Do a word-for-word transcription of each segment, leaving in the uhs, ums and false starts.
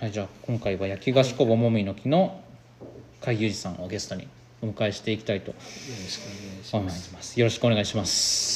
はい、じゃあ今回は焼き菓子工房もみの木の甲斐裕二さんをゲストにお迎えしていきたいと思います。よろしくお願いします。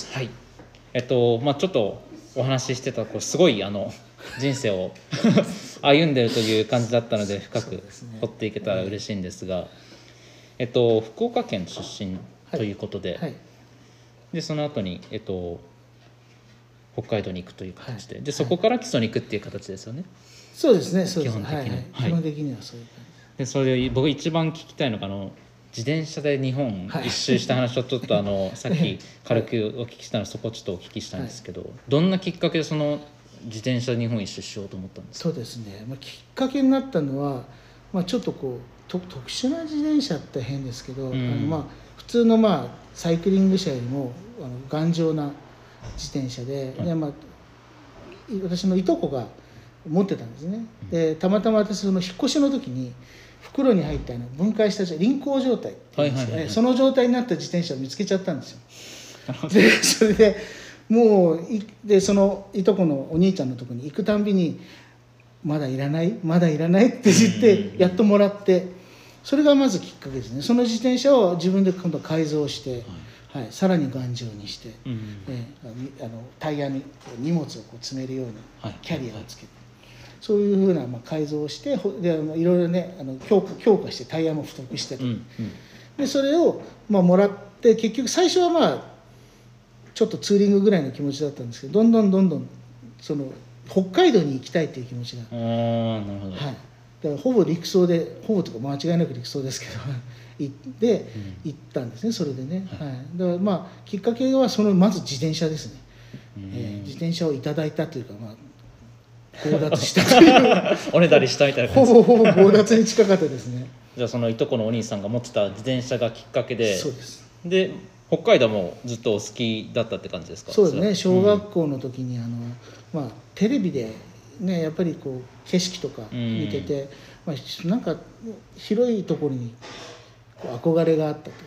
はい。えっとまあちょっとお話ししてたこうすごいあの人生を歩んでるという感じだったので深く掘っていけたら嬉しいんですが、えっと福岡県出身ということで、はいはい、でその後にえっと北海道に行くという形で、はい、でそこから基礎に行くっていう形ですよね。 そうですね。そうです。 基本的には、はいはい、 基本的にはそういう感じで、それで僕一番聞きたいのがあの自転車で日本一周した話をちょっとあのさっき軽くお聞きしたのでそこをちょっとお聞きしたんですけど、はい、どんなきっかけでその自転車で日本一周しようと思ったんですか？ そうですね、まあ、きっかけになったのは、まあ、ちょっとこうと特殊な自転車って変ですけど、うん、あのまあ普通のまあサイクリング車よりもあの頑丈な自転車で、はい、でまあ、私のいとこが持ってたんですね。でたまたま私その引っ越しの時に袋に入ったの分解した輪行状態っていうんですかね、はいはいはいはい、その状態になった自転車を見つけちゃったんですよ。でそれでもういでそのいとこのお兄ちゃんのとこに行くたんびにまだいらないまだいらないって言ってやっともらって、それがまずきっかけですね。その自転車を自分で今度改造して、はいはい、さらに頑丈にして、うん、えあのタイヤに荷物をこう詰めるようにキャリアをつけて、そういうふうなまあ改造をしてでいろいろねあの強化、強化してタイヤも太くしてと、うんうん、でそれをまあもらって結局最初はまあちょっとツーリングぐらいの気持ちだったんですけど、どんどんどんどんその北海道に行きたいっていう気持ちが、 あーなるほど、 はい、だからほぼ陸送でほぼとか間違いなく陸送ですけど行って行ったんですね。それでね、はいはい、だからまあきっかけはそのまず自転車ですね、えー、自転車をいただいたというかまあ強奪したというおねだりしたみたいな感じほぼほぼ強奪に近かったですね。 じゃあそのいとこのお兄さんが持ってた自転車がきっかけで、 そうです。 で北海道もずっとお好きだったって感じですか？ そうですね。小学校の時にあの、まあ、テレビで、ね、やっぱりこう景色とか見てて、まあ、なんか広いところにこう憧れがあったという。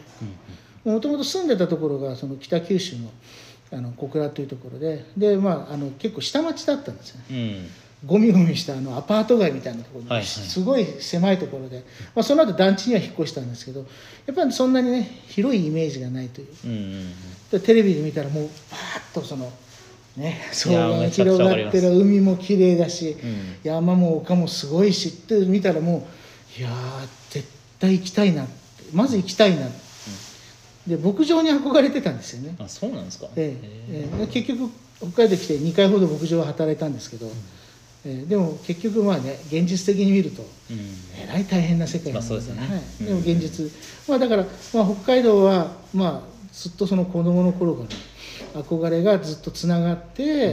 もともと住んでたところがその北九州のあの小倉というところで、で、まあ、あの結構下町だったんですよね。うんゴミゴミしたあのアパート街みたいなところに、はいはい、すごい狭いところで、まあ、その後団地には引っ越したんですけど、やっぱりそんなにね広いイメージがないという、うんうんうん、テレビで見たらもうパーッとそのね草が広がってる、海も綺麗だし、うん、山も丘もすごいしって見たらもういやー絶対行きたいなってまず行きたいなって、うん、で牧場に憧れてたんですよね。 あ、そうなんですか。 で、えー、結局北海道来てにかいほど牧場は働いたんですけど、うんえー、でも結局まあね現実的に見ると、うん、えらい大変な世界なので、まあそうですねはい、でも現実、うん、まあだから、まあ、北海道はまあずっとその子供の頃から憧れがずっとつながって、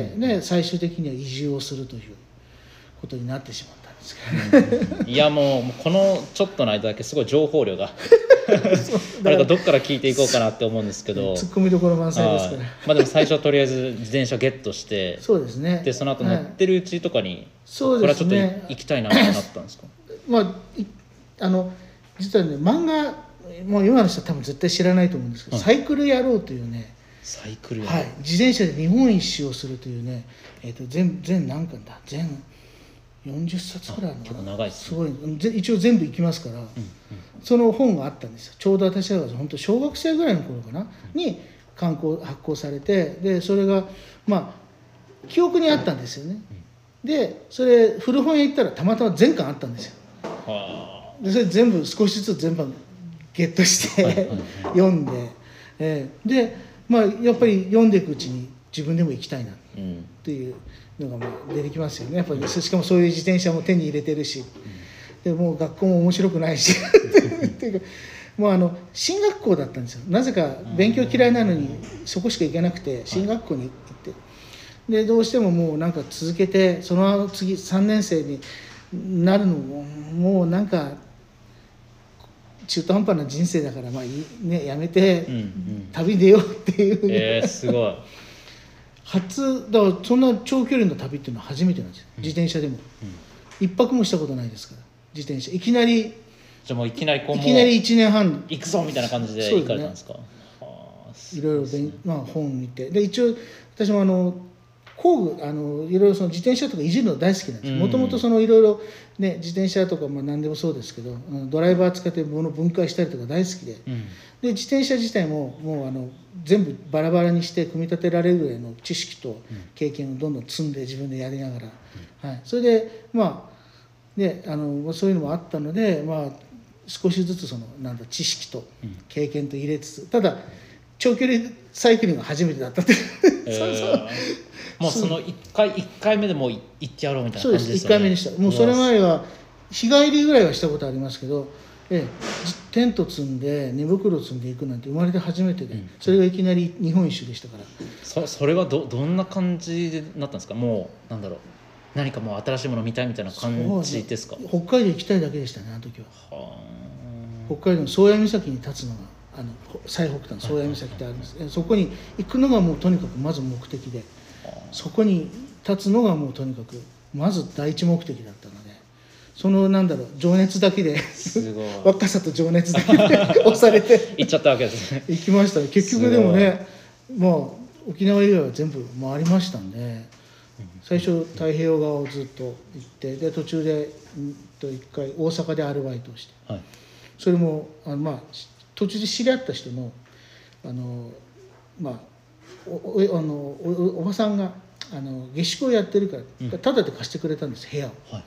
うん、で最終的には移住をするということになってしまったんですけど、うん、 いやもうこのちょっとの間だけすごい情報量があれかどっから聞いていこうかなって思うんですけどツッコミどころ満載ですからまあでも最初はとりあえず自転車ゲットしてそうですね。 でその後乗ってるうちとかに、はい、 そうですね、 これはちょっと行きたいなってなったんですか？ まああの実はね漫画もう今の人は多分絶対知らないと思うんですけど、はい、サイクル野郎というねサイクル野郎、 はい、自転車で日本一周をするというね、えー、と全全何巻だ全よんじゅっさつくらいの結構長いですね。 すごい一応全部行きますから、うんうん、その本があったんですよ。ちょうど私が本当小学生ぐらいの頃かな、うん、に刊行発行されて、でそれがまあ記憶にあったんですよね、うん、でそれ古本屋行ったらたまたま全巻あったんですよ。でそれ全部少しずつ全部ゲットしてはいはい、はい、読んで、えー、で、まあ、やっぱり読んでいくうちに自分でも行きたいなっていうのがまあ出てきますよね。やっぱりしかもそういう自転車も手に入れてるし、でもう学校も面白くないしっていうかもうあの進学校だったんですよ。なぜか勉強嫌いなのにそこしか行けなくて進学校に行って、でどうしてももうなんか続けてその次さんねん生になるのももうなんか中途半端な人生だからまあいい、ね、やめて旅に出ようっていう、うんうん、 えー、すごい初だからそんな長距離の旅っていうのは初めてなんですよ、うん、自転車でも、うん、一泊もしたことないですから自転車いきなりじゃあもういきなりこういきなりいちねんはん行くぞみたいな感じで行かれたんですか？ いろいろ、まあ、本見てで一応私もあの工具あのいろいろその自転車とかいじるの大好きなんです。 うんもともとそのいろいろね自転車とかまあ何でもそうですけど、ドライバー使って物を分解したりとか大好きで、 うん、 で自転車自体ももうあの全部バラバラにして組み立てられるぐらいの知識と経験をどんどん積んで自分でやりながら、はい、それでまあねあのそういうのもあったので、まあ少しずつそのなんだ知識と経験と入れつつ、ただ長距離サイクリングが初めてだったってえー、そうそうもうそのいっかいいっかいめでもう行ってやろうみたいな感じですよね。 そうです、いっかいめでした。もうそれ前は日帰りぐらいはしたことありますけど、ええ、テント積んで寝袋積んでいくなんて生まれて初めてで、うん、それがいきなり日本一周でしたから。 そ, それは ど, どんな感じでなったんですか？もうなんだろう、何かもう新しいもの見たいみたいな感じですか？ 北海道行きたいだけでしたね、あの時は。は北海道の宗谷岬に立つのがあの最北端の宗谷岬ってあるんです、はいはい、そこに行くのがもうとにかくまず目的で、そこに立つのがもうとにかくまず第一目的だったので、そのなんだろう情熱だけですごい若さと情熱だけで押されて行っちゃったわけですね。 行きましたね。結局でもね、まあ沖縄以外は全部回りましたんで、最初太平洋側をずっと行って、で途中で一回大阪でアルバイトをして、はい、それもあのまあ途中で知り合った人のあのまあおおあの お, おばさんがあの下宿をやってるから、タダで貸してくれたんです部屋を。はい、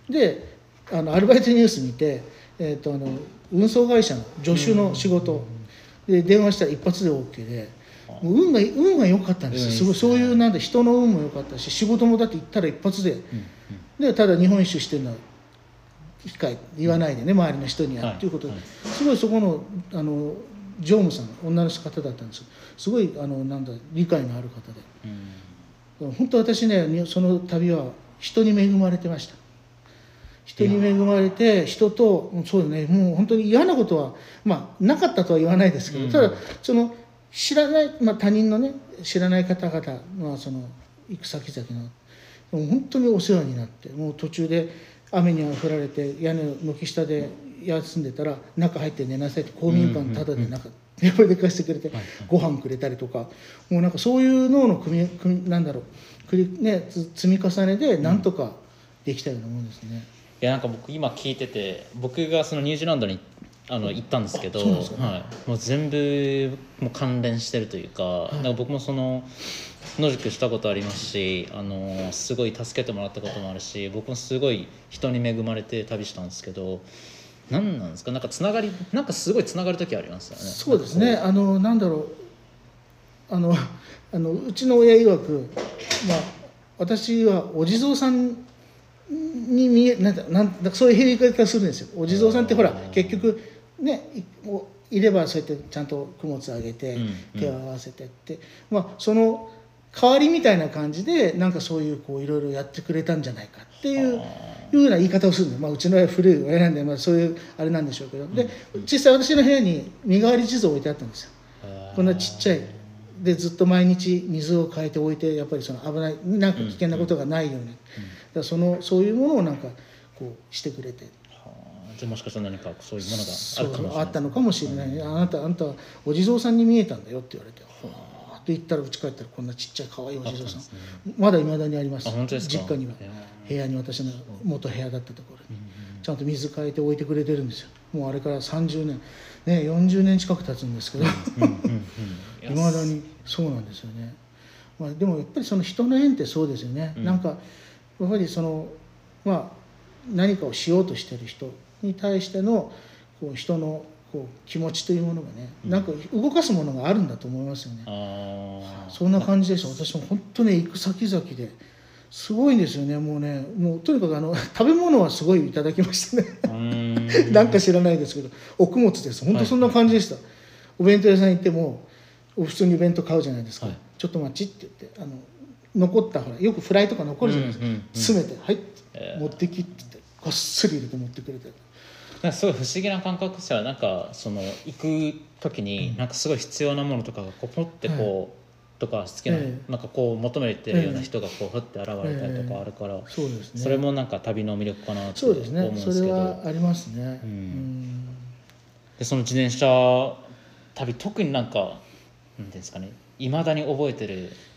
であのアルバイトニュース見て、えー、とあの運送会社の助手の仕事で電話したら一発で OK で、もう運が運が良かったんですよ。すごいそういうなんで人の運も良かったし、仕事もだって行ったら一発で、でただ日本一周してるのは控え言わないでね、周りの人にはっていうことで、すごいそこのあの常務さん女の方だったんですよ。すごいあのなんだ理解のある方で、うん、本当私ねその旅は人に恵まれてました。人に恵まれて、人とそうね、もう本当に嫌なことはまあなかったとは言わないですけど、うん、ただその知らない、まあ、他人のね知らない方々、まあ、その行く先々のもう本当にお世話になって、もう途中で雨に降られて屋根の軒下で休んでたら中入って寝なさいって公民館タダで中やっぱり寝かしてくれて、ご飯くれたりとか、もうなんかそういうのの組み組みなんだろうくり、ね、積み重ねでなんとかできたようなもんですね。 いやなんか僕今聞いてて、僕がそのニュージーランドにあの行ったんですけど、ね、はい、もう全部もう関連してるというか、はい、なんか僕もその野宿したことありますし、あのすごい助けてもらったこともあるし、僕もすごい人に恵まれて旅したんですけど、何なんですか、なんかつながりなんかすごいつながる時ありますよね。 そうですね、あのなんだろうあのあのうちの親曰く、まあ、私はお地蔵さんに見えなんだなんだそういう変化がするんですよ。お地蔵さんってほら結局ね い, いればそうやってちゃんと供物あげて、うんうん、手を合わせてって、まあ、その代わりみたいな感じでなんかそういうこういろいろやってくれたんじゃないかっていういうような言い方をするんで、まあ、うちの親古い親なんで、まあ、そういうあれなんでしょうけど、で実際私の部屋に身代わり地蔵置いてあったんですよ。こんなちっちゃいでずっと毎日水を変えておいて、やっぱりその危ないなんか危険なことがないように、うんうん、だからそのそういうものをなんかこうしてくれて、 はあ、じゃあもしかしたら何かそういうものがあるかもしれない、 あったのかもしれない、うん、あなたあんたはお地蔵さんに見えたんだよって言われて、はあって言ったら家帰ったらこんなちっちゃい可愛いお地蔵さん、ね、まだ未だにあります。実家には部屋に私の元部屋だったところに、うんうん、ちゃんと水変えて置いてくれてるんですよ。もうあれからさんじゅうねんねよんじゅうねん近く経つんですけど、いまだにそうなんですよね。まあ、でもやっぱりその人の縁ってそうですよね、うん、なんかやっぱりそのまあ何かをしようとしてる人に対してのこう人のこう気持ちというものがね、うん、なんか動かすものがあるんだと思いますよね。あ、そんな感じでした。私も本当ね行く先々ですごいんですよね。もうねもうとにかくあの食べ物はすごいいただきましたね。なんか知らないですけどお供物です。本当そんな感じでした、はい、お弁当屋さん行っても普通にお弁当買うじゃないですか、はい、ちょっと待ちって言ってあの残ったほらよくフライとか残るじゃないですか、うんうんうん、詰めてはいって、えー、持ってきって言ってこっそり入れて持ってくれて、 なんかすごい不思議な感覚さ、なんかその行く時になんかすごい必要なものとかがこうポッてこう、はい、とか好きな、えー、なんかこう求めてるような人がこうふって現れたりとかあるから、えーそうですね、それもなんか旅の魅力かなと思うんですけど。そうですね、 それはありますね、うん、 うん、でその自転車旅特になんかなんですかね、未だに覚えてる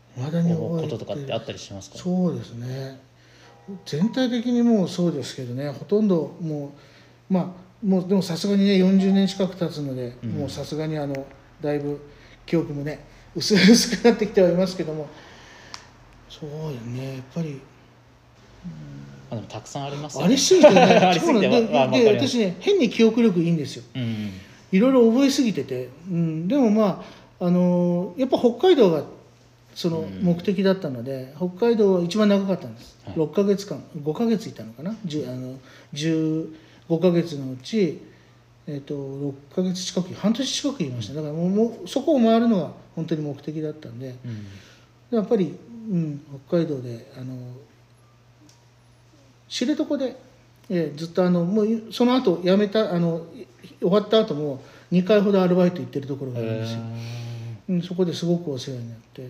まだに思うこととかってあったりしますか？ そうですね、全体的にもうそうですけどね、ほとんどもうまあもうでもさすがにねよんじゅうねん近く経つので、うん、もうさすがにあのだいぶ記憶もね薄々くなってきてはいますけども、そうよねやっぱり、うん、 あでもたくさんありますよね、ありすぎてねありすぎてででで私ね変に記憶力いいんですよ、うん、いろいろ覚えすぎてて、うん、でもまああのー、やっぱ北海道がその目的だったので、うん、北海道は一番長かったんです、はい、ろっかげつかんごかげついたのかな、あのじゅうごかげつのうち、えー、とろっかげつ近く半年近くいました、だからもうもうそこを回るのが本当に目的だったんで、うん、やっぱり、うん、北海道であの知床で、えー、ずっとあのもうその後辞めたあの終わった後もにかいほどアルバイト行ってるところがあるんですよ、うん、そこですごくお世話になって、うん、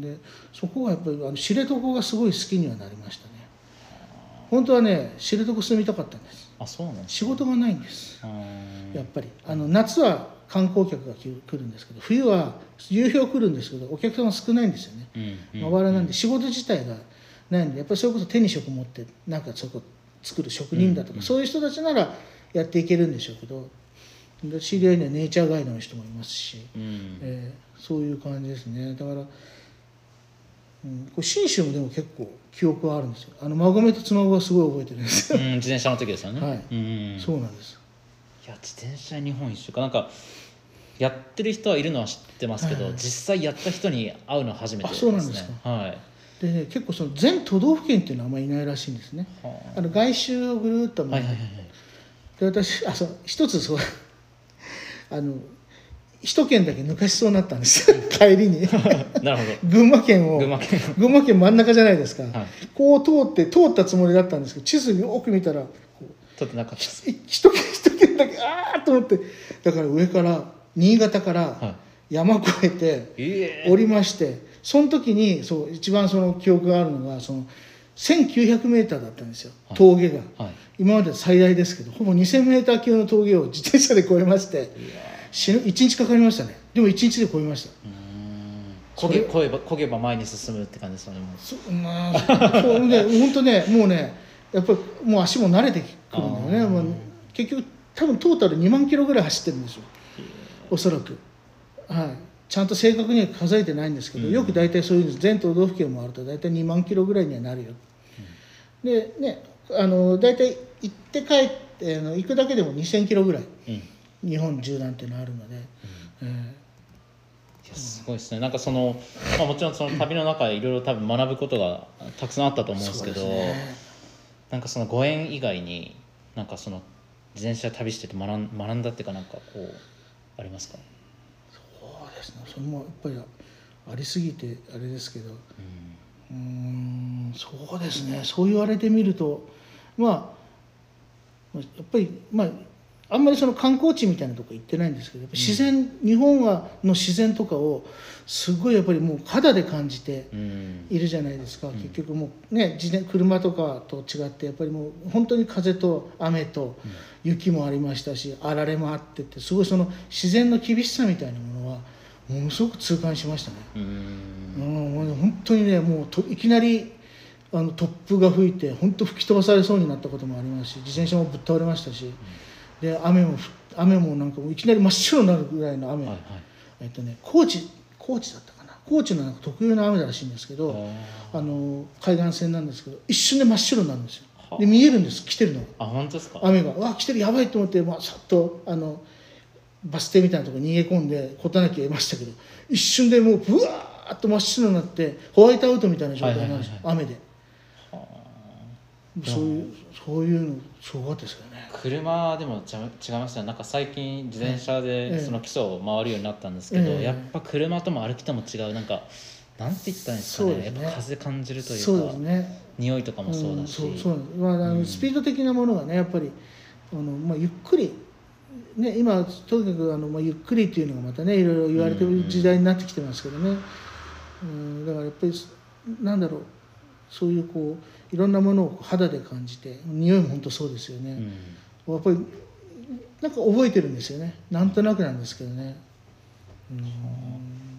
でそこがやっぱりあの知床がすごい好きにはなりましたね。本当はね知床住みたかったんです。 あ、そうなんですか。 仕事がないんです。やっぱりあの夏は観光客が来るんですけど、冬は流氷来るんですけどお客さんは少ないんですよね、うんうん、まばらなんで仕事自体がないんで、やっぱりそれこそ手に職持ってなんかそこ作る職人だとか、うんうん、そういう人たちならやっていけるんでしょうけど、知り合いにはネイチャーガイドの人もいますし、うん、えー、そういう感じですね。だから、うん、これ信州もでも結構記憶はあるんですよ。あの馬込と妻籠はすごい覚えてるんですよ、 うん、自転車の時ですよね。 はい、うん、そうなんです。 いや自転車日本一周かなんかやってる人はいるのは知ってますけど、はいはい、実際やった人に会うのは初めてですね。あ、そうなんですか。はい。でね、結構その全都道府県っていうのはあんまりいないらしいんですね。はあ、あの外周をぐるっと回って、はいはいはいはい、で私あそう一つそうあの一県だけ抜かしそうになったんですよ帰りになるほど群馬県を群馬県群馬県真ん中じゃないですか、はい、こう通って通ったつもりだったんですけど、地図によく見たらこう通ってなかった一県一県だけああと思って、だから上から新潟から山越えて降りまして、はい、その時にそう一番その記憶があるのがそのせんきゅうひゃくメーターだったんですよ、峠が、はいはい、今まで最大ですけどほぼにせんメーター級の峠を自転車で越えまして、死ぬいちにちかかりましたね。でもいちにちで越えました。 うーん、焦げ、焦げば、焦げば前に進むって感じですよね。もうそ、まあ、そうね、本当ね、もうねやっぱりもう足も慣れてくるんだよね。もう結局多分トータルにまんキロぐらい走ってるんですよ、おそらく、はい、ちゃんと正確には数えてないんですけど、うん、よく大体そういう全都道府県もあると大体にまんキロぐらいにはなるよ、うん、でね、あの大体行って帰ってあの行くだけでもにせんキロぐらい、うん、日本縦断っていうのがあるので、うん、えー、いやすごいですね。なんかその、まあ、もちろんその旅の中でいろいろ多分学ぶことがたくさんあったと思うんですけど、ね、なんかそのご縁以外になんかその自転車旅してて学ん、学んだっていうかなんかこうありますか？ そうですね、それもやっぱりありすぎてあれですけど、うん、うーん、そうですね、そう言われてみるとまあやっぱりまああんまりその観光地みたいなとこ行ってないんですけど、やっぱ自然、うん、日本はの自然とかをすごいやっぱりもう肌で感じているじゃないですか、うん、結局もうね自転車とかと違ってやっぱりもう本当に風と雨と雪もありましたし、あられもあってってすごいその自然の厳しさみたいなものはものすごく痛感しましたね。うん、うん、本当にねもうといきなりあの突風が吹いて本当吹き飛ばされそうになったこともありますし、自転車もぶっ倒れましたし、で雨も雨もなんかもういきなり真っ白になるぐらいの雨、はいはい、えっとね高知高知だったかな、高知のなんか特有の雨らしいんですけど、あの海岸線なんですけど一瞬で真っ白になるんですよ。で見えるんです、来てるのが。あ、本当ですか？雨がわ来てるやばいと思って、まあ、さっとあのバス停みたいなところに逃げ込んで事なきを得ましたけど、一瞬でもうブワーッと真っ白になってホワイトアウトみたいな状態になるんですよ、はいはいはいはい、雨で。そういうそういうのすごかったですよね。 車でも違いますよ。なんか最近自転車でその基礎を回るようになったんですけど、ええ、やっぱ車とも歩きとも違う、なんかなんて言ったらいいんですか ね, ねやっぱ風感じるというか、そうですね、匂いとかもそうだし、うん、そうそう、まあ、あの、うん、スピード的なものがねやっぱりあの、まあ、ゆっくりね、今とにかくあの、まあ、ゆっくりっていうのがまたねいろいろ言われてる時代になってきてますけどね、うんうん、だからやっぱりなんだろう、そういうこういろんなものを肌で感じて、匂いも本当そうですよね、うん、やっぱりなんか覚えてるんですよね、なんとなくなんですけどね、うん、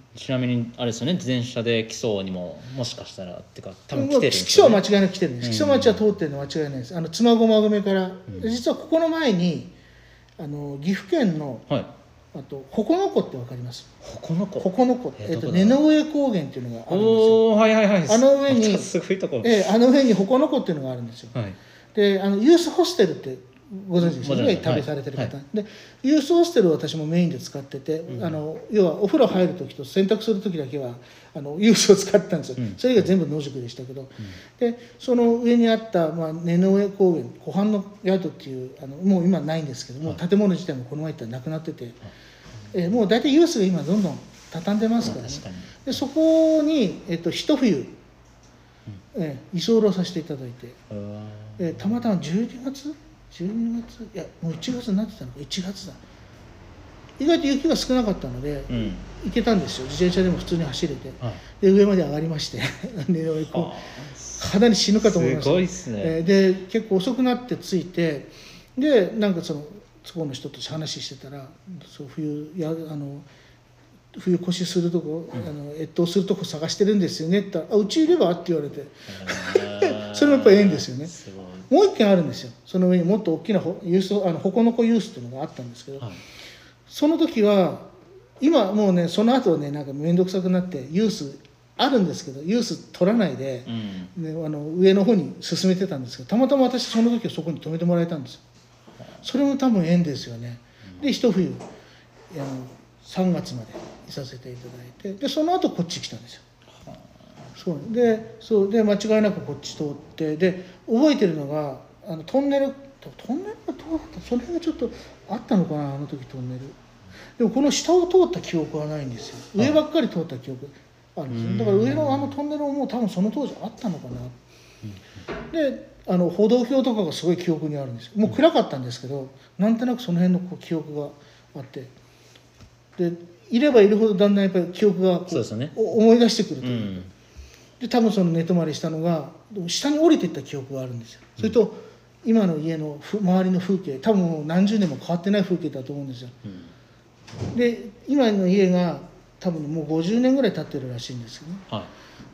ちなみにあれですよね、自転車で木曽にももしかしたらってか多分来てるんです木曽はよね。 間違いなく来てるんです。木曽町は通ってるのは間違いないです。あの妻駒込から、うん、実はここの前にあの岐阜県の、はい、あと鉾の湖ってわかります？鉾の湖、鉾の湖、えー、と根の上高原っていうのがあるんですよ。 おー、はいはいはい。 あの上に、 すごいところ、 えー、あの上に鉾の湖っていうのがあるんですよ。はい、であのユースホステルってご存知ですね、旅されてる方、はいはい、でユースホステルを私もメインで使ってて、うん、あの要はお風呂入るときと洗濯するときだけはあのユースを使ってたんですよ、うん、それが全部野宿でしたけど、うん、でその上にあった、まあ、根の上高原湖畔の宿っていうあのもう今ないんですけども、はい、建物自体もこの前行ったらなくなってて、はい、えー、もう大体ユースが今どんどん畳んでますからね、かでそこに、えっと、一冬、うん、えー、居候させていただいて、えー、たまたまじゅうにがつじゅうにがつ、いやもういちがつになってたのか、いちがつだ、意外と雪が少なかったので、うん、行けたんですよ。自転車でも普通に走れて、はい、で上まで上がりましてかなり死ぬかと思いました。 すごいっすね。 で結構遅くなって着いて、でなんかそのそこの人と話してたら、そう冬やあの冬越しするとこ、うん、あの越冬するとこ探してるんですよねって言ったら、あうちいればって言われてそれもやっぱり縁ですよね。もう一軒あるんですよ。その上にもっと大きなユース、あの鉾の湖ユースっていうのがあったんですけど、はい、その時は今もうねその後ねなんか面倒くさくなってユースあるんですけどユース取らないで、うん、ね、あの上の方に進めてたんですけど、たまたま私その時はそこに止めてもらえたんですよ。それも多分縁ですよね。で一冬あのさんがつまでいさせていただいて、でその後こっち来たんですよ。そうでそうで間違いなくこっち通って、で覚えてるのがあのトンネルトンネルが通ったそれがちょっとあったのかな、あの時トンネル。でもこの下を通った記憶はないんですよ。上ばっかり通った記憶あるんですよ。だから上のあのトンネルももう多分その当時あったのかな。であの歩道橋とかがすごい記憶にあるんですよ。もう暗かったんですけど、なんとなくその辺のこう記憶があって、でいればいるほどだんだんやっぱり記憶がこう、そうですね、思い出してくるという、うん、で多分その寝泊まりしたのが下に降りていった記憶があるんですよ。それと今の家の周りの風景、多分もう何十年も変わってない風景だと思うんですよ、うん、で今の家が多分もうごじゅうねんぐらい経ってるらしいんですよね、はい、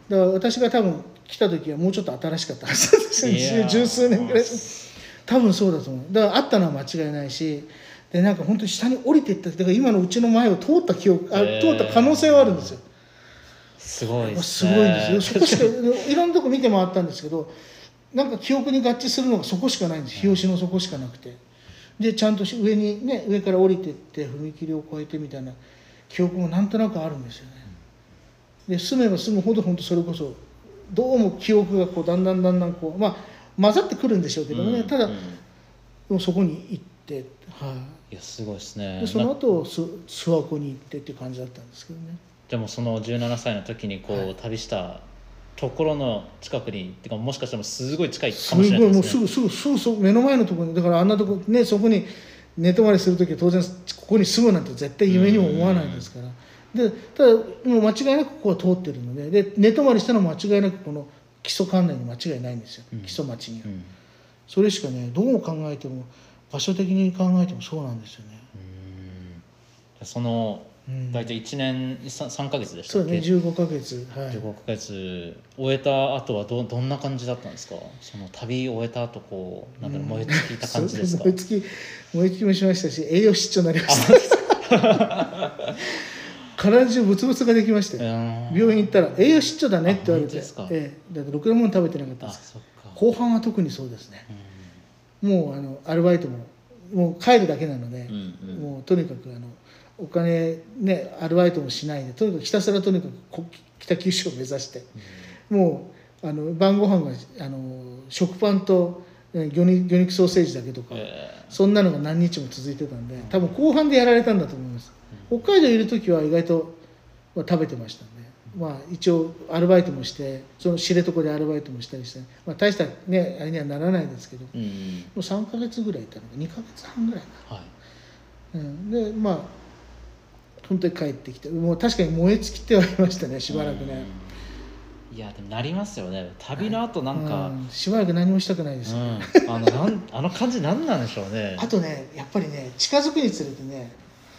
だから私が多分来た時はもうちょっと新しかったはずですよ。十数年ぐらい多分そうだと思う。だからあったのは間違いないし、でなんか本当に下に降りていった、だから今のうちの前を通った記憶、あ通った可能性はあるんですよ。 すごいですね。 すごいんですよ。そこしかいろんなとこ見て回ったんですけど、なんか記憶に合致するのがそこしかないんです。日吉のそこしかなくて、でちゃんと上にね上から降りていって踏切を越えてみたいな記憶もなんとなくあるんですよね。で住めば住むほど本当それこそどうも記憶がこうだんだんだんだんこうまあ混ざってくるんでしょうけどもね、うん、ただ、うん、でもそこに行って、はい、 いやすごいですね。 でその後す諏訪湖に行ってっていう感じだったんですけどね。 じゃあもうそのじゅうななさいの時にこう、はい、旅したところの近くにってかもしかしたらすごい近いかもしれないですね。 すごいもうすぐすぐすぐ目の前のところに、だからあんなとこねそこに寝泊まりする時は当然ここに住むなんて絶対夢にも思わないですから。でただもう間違いなくここは通ってるので、で寝泊まりしたのは間違いなくこの木曽関内に間違いないんですよ、うん、木曽町には、うん、それしかねどう考えても場所的に考えてもそうなんですよね。 うん、その大体いちねん 3, 3ヶ月でしたっけ。 そうねじゅうごかげつ、はい、 じゅうごかげつ終えた後は ど, どんな感じだったんですか。その旅終えた後こうなんだろう燃え尽きた感じですか。 燃え尽き燃え尽きもしましたし栄養失調になりました体中ブツブツができまして、病院行ったら栄養失調だねって言われて、ええ、だってろくなもの食べてなかったんです。後半は特にそうですね、うん、もうあのアルバイトももう帰るだけなので、うんうん、もうとにかくあのお金ねアルバイトもしないでとにかくひたすらとにかく北九州を目指して、うん、もうあの晩ご飯があの食パンと魚肉、魚肉ソーセージだけとか、えー、そんなのが何日も続いてたんで多分後半でやられたんだと思います、うん、北海道いる時は意外と食べてましたんで、まあ、一応アルバイトもしてその知床でアルバイトもしたりして、まあ、大した、ね、あれにはならないですけど、うん、もうさんかげつぐらいいたのかにかげつはんぐらいか、はい、うん、でまあ本当に帰ってきてもう確かに燃え尽きてはいましたねしばらくね、 うん、いやでもなりますよね旅の後なんか、はい、うん、 しばらく何もしたくないですよね、 うん、あのなんあの感じ何なんでしょうね。 あとねやっぱりね近づくにつれてね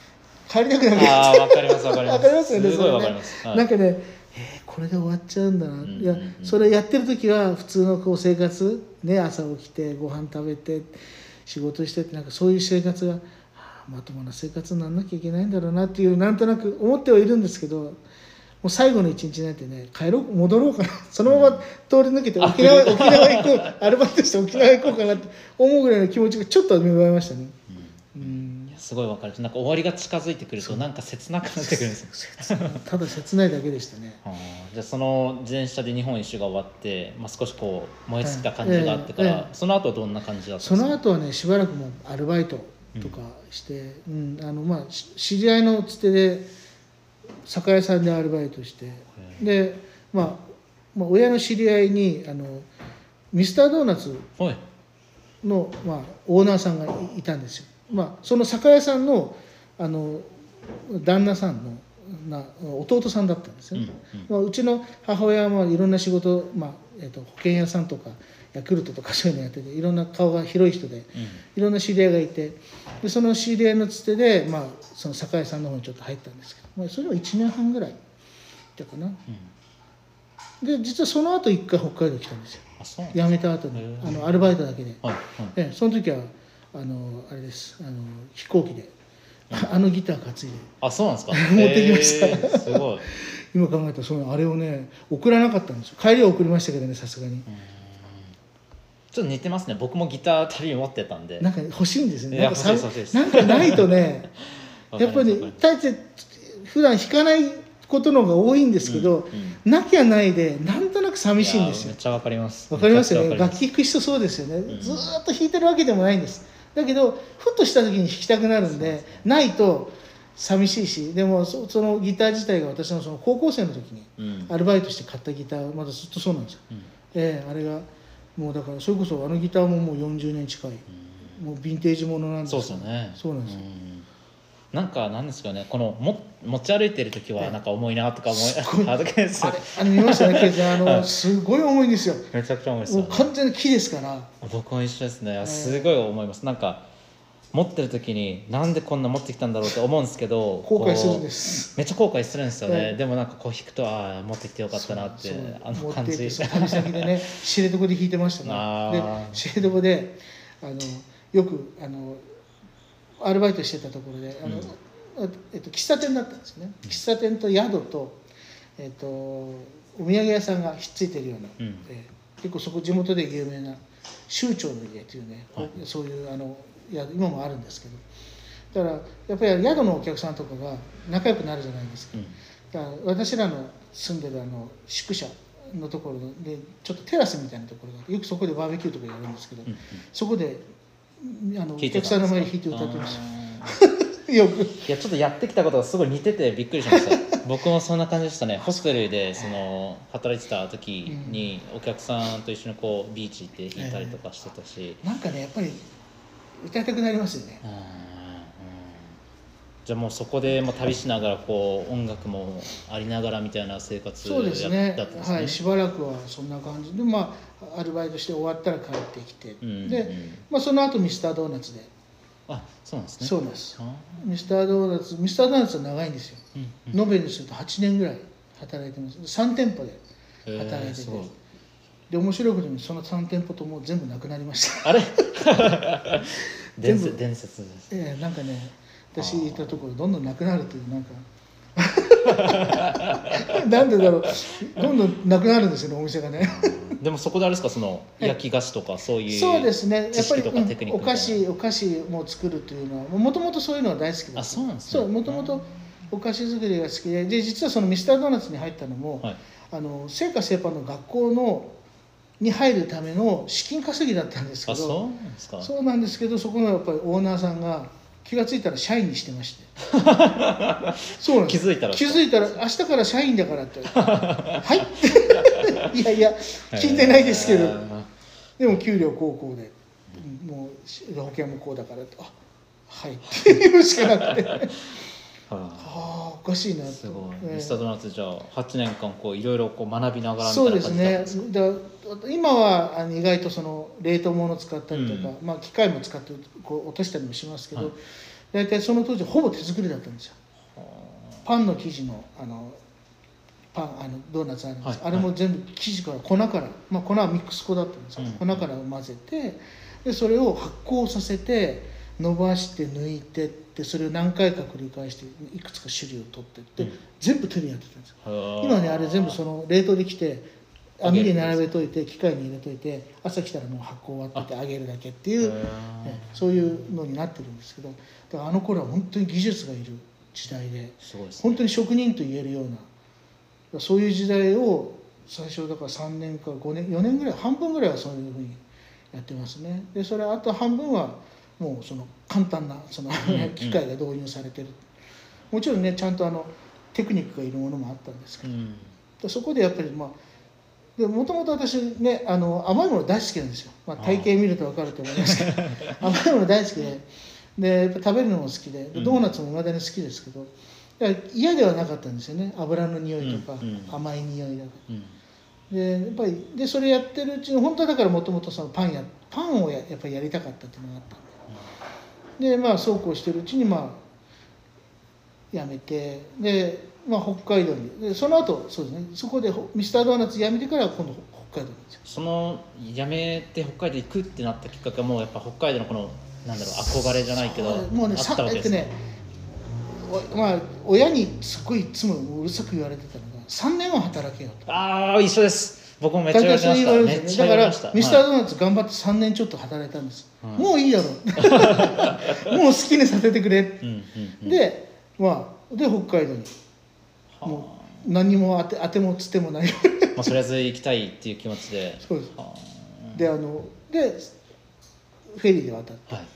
帰りたくなくなっちゃああわかりますわかりますわかりますよねすごいわそれねかります、はい、 なんかね、えー、これで終わっちゃうんだな、 うんうんうん、 いやそれやってる時は普通のこう生活ね、朝起きてご飯食べて仕事してってなんかそういう生活が、はあ、まともな生活にならなきゃいけないんだろうなっていうなんとなく思ってはいるんですけど、もう最後の一日になってね、帰ろう戻ろうかなそのまま通り抜けて沖縄沖縄行こうアルバイトして沖縄行こうかなって思うぐらいの気持ちがちょっと芽生えましたね。 うん、うんすごいわかる。なんか終わりが近づいてくるとなんか切なくなってくるんですよ。 ただ切ないだけでしたね。 あじゃあその自転車で日本一周が終わって、まあ、少しこう燃え尽きた感じがあってから、はいえーえー、その後はどんな感じだったんですか？ その後はねしばらくもアルバイトとかして、うんうん、あのまあ知り合いのつてで酒屋さんでアルバイトしてで、まあ、まあ親の知り合いにあのミスタードーナツの、まあ、オーナーさんがいたんですよ。まあ、その酒屋さんの、あの旦那さんのな弟さんだったんですよね。うんうんまあ、うちの母親は、まあ、いろんな仕事、まあえー、と保険屋さんとかヤクルトとかそういうのやってていろんな顔が広い人で、うん、いろんな知り合いがいてでその知り合いのつてで、まあ、その酒屋さんの方にちょっと入ったんですけど、まあ、それはいちねんはんぐらいいたかな。うん、で実はその後一回北海道来たんですよ。あそうなんですか。辞めた後にあのアルバイトだけで、はいはい、えその時はあのあれですあの飛行機であのギター担いであそうなんですか持ってきました、えー、すごい今考えたらそうあれをね送らなかったんですよ。帰りは送りましたけどねさすがに。 ちょっと似てますね。僕もギター旅持ってたんでなんか欲しいんですね。 なんかさなんかないとねやっぱり大抵普段弾かないことの方が多いんですけど、うんうん、なきゃないでなんとなく寂しいんですよ。 めっちゃわかります。 わかりますよね。楽器弾く人そうですよね、うん、ずっと弾いてるわけでもないんです。だけどふっとした時に弾きたくなるんでないと寂しいし、でも そ, そのギター自体が私のその高校生の時にアルバイトして買ったギターまだずっとそうなんですよ、うんえー、あれがもうだからそれこそあのギターももうよんじゅうねん近い、うん、もうヴィンテージものなんですよ。 そうですよね。 そうなんですよ、 うんなんかなんですかね、このも持ち歩いてる時はなんか重いなとか思いハードケースあれあれ見ましたねあのすごい重いんですよ。 めちゃくちゃ重いですよ、ね、 もう完全に木ですから。 僕も一緒ですね。すごい思います。なんか持ってる時になんでこんな持ってきたんだろうって思うんですけど後悔するんです。 めっちゃ後悔するんですよね、はい、でもなんかこう弾くとああ持ってきてよかったなってあの感じ。 旅先でね知床で弾いてましたね。で知床であのよくあのアルバイトしてたところであの、うんえっと、喫茶店だったんですね。喫茶店と宿と、えっと、お土産屋さんがひっついてるような、うんえー、結構そこ地元で有名な州長の家というね、はい、そういうあの宿今もあるんですけど、だからやっぱり宿のお客さんとかが仲良くなるじゃないですか、うん、だから私らの住んでるあの宿舎のところでちょっとテラスみたいなところがあってよくそこでバーベキューとかやるんですけど、うんうん、そこであのお客さんの前に弾いて歌ってましたよく。いやちょっとやってきたことがすごい似ててびっくりしました僕もそんな感じでしたね。ホステルでその働いてた時にお客さんと一緒にこうビーチ行って弾いたりとかしてたし、 えー、なんかねやっぱり歌いたくなりますよね。うん、うん、 じゃあもうそこでもう旅しながらこう音楽もありながらみたいな生活そうですね。 だったんですね。 はい、しばらくはそんな感じで、まあアルバイトして終わったら帰ってきて、うんうん、で、まあ、その後ミスタードーナツで。 あ、そうなんですね。 そうなんです。ミスタードーナツミスタードーナツは長いんですよ、うんうん、延べにするとはちねんぐらい働いてます。さん店舗で働いてて、で面白いことにそのさん店舗とも全部なくなりましたあれ伝説伝説です。 ええ、なんかね私行ったところどんどんなくなるというなんかなんでだろうどんどんなくなるんですよねお店がねでもそこであれですか、その焼き菓子とかそういうそうですね、やっぱり、 うん、 お菓子お菓子も作るというのはもともとそういうのは大好きです。 あ、そうなんですね。 そう、もともとお菓子作りが好きで、で実はそのミスタードーナツに入ったのも、はい、あの聖火製パンの学校のに入るための資金稼ぎだったんですけど、 あ、そうなんですか。 そうなんですけど、そこのやっぱりオーナーさんが気がついたら社員にしてましてそうなんです。 気づいたら気づいたら明日から社員だからってはいいやいや聞いてないですけど、でも給料こうこうで、もう保険もこうだからって、あはいって言うしかなくてはあ、おかしいなと。 すごい、ミスタードーナツじゃあはちねんかんこういろいろこう学びながらみたいそうな感じだったんですね。だ今はあの意外とその冷凍物を使ったりとか、うん、まあ、機械も使ってこう落としたりもしますけど、はい、 大体その当時ほぼ手作りだったんですよ。パンの生地のあのパンあのドーナツあるんです、はい、あれも全部生地から粉から、まあ、粉はミックス粉だったんですけど、うん、粉から混ぜてでそれを発酵させて伸ばして抜いてってそれを何回か繰り返していくつか種類を取ってって、うん、全部手でやってたんですよ。今ねあれ全部その冷凍できて網に並べといて機械に入れといて朝来たらもう発酵終わってて揚げるだけっていう、ね、そういうのになってるんですけど、だからあの頃は本当に技術がいる時代で、すごいですね、本当に職人と言えるようなそういう時代を最初だからさんねんかごねんよねんぐらい半分ぐらいはそういうふうにやってますね。でそれあと半分はもうその簡単なその機械が導入されてる、もちろんねちゃんとあのテクニックがいるものもあったんですけど、うん、そこでやっぱりまあもともと私ねあの甘いもの大好きなんですよ、まあ、体型見ると分かると思いますけど甘いもの大好きででやっぱ食べるのも好きでドーナツもいまだに好きですけど、だから嫌ではなかったんですよね、油の匂いとか、うん、甘い匂いだから、うん、でやっぱりでそれやってるうちに本当はだからもともとパンやパンを や, やっぱりやりたかったっていうのがあったんで、でまあそうこうしてるうちにまあやめてでまあ、北海道にでその後そうですねそこでミスタードーナツ辞めてから今度北海道に行っちゃう。 その辞めて北海道行くってなったきっかけはもうやっぱ北海道のこのなんだろう憧れじゃないけどもうねあったわけですね。まあ親にすごいいつもうるさく言われてたのがさんねんは働けよと。 ああ一緒です。僕もめっちゃ言われてました。めっちゃ言われました。 だからミスタードーナツ頑張ってさんねんちょっと働いたんです、はい、もういいだろうもう好きにさせてくれ、うんうんうん、でまあで北海道にもう何も当て、当てもつてもないまあとりあえず行きたいっていう気持ちでそうですであのでフェリーで渡って、はい、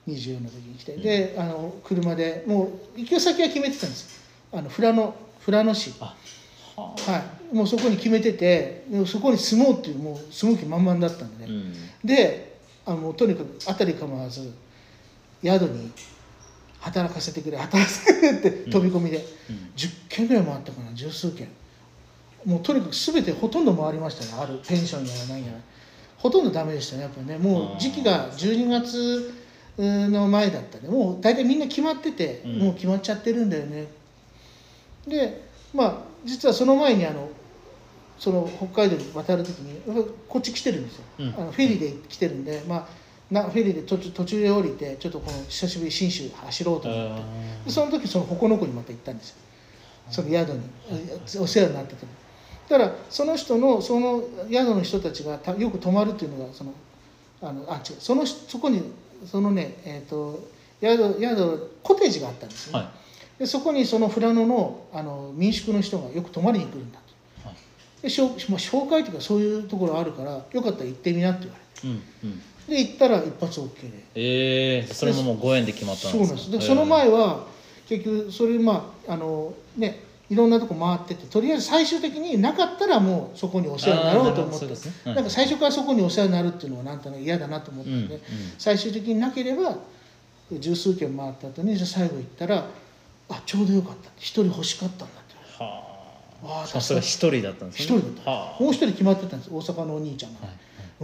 にじゅうよんの時に来て、うん、であの車でもう行き先は決めてたんですあの富良野富良野市あは、はい、もうそこに決めててそこに住もうっていうもう住む気満々だったんでね、うん、であのとにかく辺り構わず宿に働かせてくれ働かせてくれって飛び込みで、うん、じゅっけんぐらい回ったかな十数件もうとにかく全てほとんど回りましたね。あるペンションやら何やらほとんどダメでしたねやっぱりね。もう時期がじゅうにがつの前だったんでもう大体みんな決まってて、うん、もう決まっちゃってるんだよね。でまあ実はその前にあのその北海道に渡る時にこっち来てるんですよ、うん、あのフェリーで来てるんで、まあなフェリーで途中途中で降りてちょっとこの久しぶり信州走ろうと思ってでその時その鉾湖にまた行ったんですよその宿にお世話になっててだからその人のその宿の人たちがたよく泊まるっていうのがそのあのあ違うそのそこにそのねえっ、ー、と宿宿コテージがあったんですよ、ねはい、でそこにその富良野のあの民宿の人がよく泊まりに来るんだと、はい、でしょ、まあ、紹介というかそういうところあるからよかったら行ってみなって言われて、うんうんで行ったら一発 OK でええー、それももうご縁で決まったんですか。 そうなんですでその前は結局それまああのねいろんなとこ回っててとりあえず最終的になかったらもうそこにお世話になろうと思って、ねはい、なんか最初からそこにお世話になるっていうのはなんとなく嫌だなと思ったんで、うんうん、最終的になければ十数件回った後にじゃあ最後行ったらあちょうどよかった一人欲しかったんだってはああそれが一人だったんですね。一人だった、はあ、もう一人決まってたんです大阪のお兄ちゃんが、はい、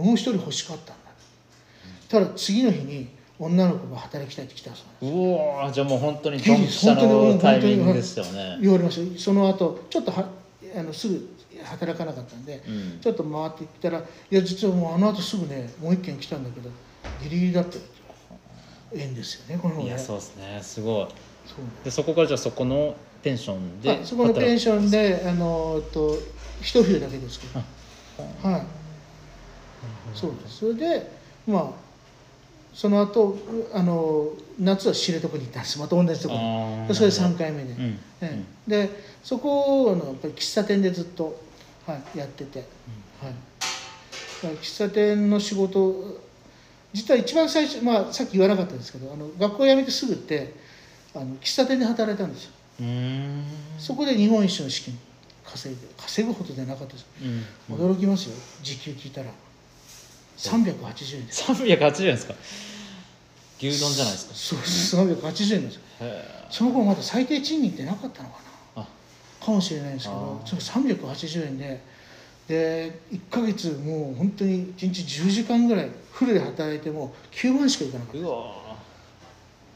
もう一人欲しかったんだただ次の日に女の子が働きたいって来たそうなんです。 うわじゃあもう本当にドンピシャのタイミングですよね。 言われました。その後ちょっとはあのすぐ働かなかったんで、うん、ちょっと回っていったらいや実はもうあの後すぐねもう一件来たんだけどギリギリだったよ縁ですよねこのね。 いやそうですねすごい。そうでそこからじゃあそこのペンションで、 はい、そこのペンションであのと一冬だけですけど、はい、そうです。それでまあその後あの夏は知床に行ったんですまた同じところにそれでさんかいめで、うんうん、でそこのやっぱり喫茶店でずっと、はい、やってて、うんはい、喫茶店の仕事実は一番最初、まあ、さっき言わなかったんですけどあの学校辞めてすぐってあの喫茶店で働いたんですよ。うーんそこで日本一の資金稼いで稼ぐほどじゃなかったです、うんうん、驚きますよ時給聞いたらさんびゃくはちじゅうえんです。 さんびゃくはちじゅうえんですか。牛丼じゃないですか。 そうさんびゃくはちじゅうえんですよ。その頃まだ最低賃金ってなかったのかなかもしれないですけどそれさんびゃくはちじゅうえんででいっかげつもう本当にいちにちじゅうじかんぐらいフルで働いてもきゅうまんしかいかなかった。うわ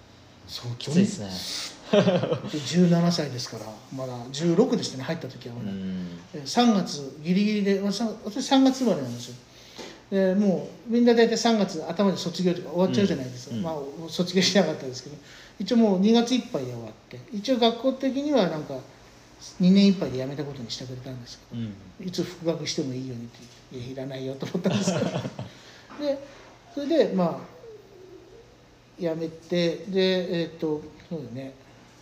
そうきついですねでじゅうななさいですからまだじゅうろくでしたね入った時はまだ、うん、さんがつギリギリで私さんがつ生まれなんですよ。でもうみんな大体さんがつ頭で卒業とか終わっちゃうじゃないですか、うん、まあ卒業しなかったですけど一応もうにがついっぱいで終わって一応学校的にはなんかにねんいっぱいで辞めたことにしてくれたんですけど、うん、いつ復学してもいいようにって言っていやいらないよと思ったんですけどでそれでまあ辞めてでえっ、ー、とそうだね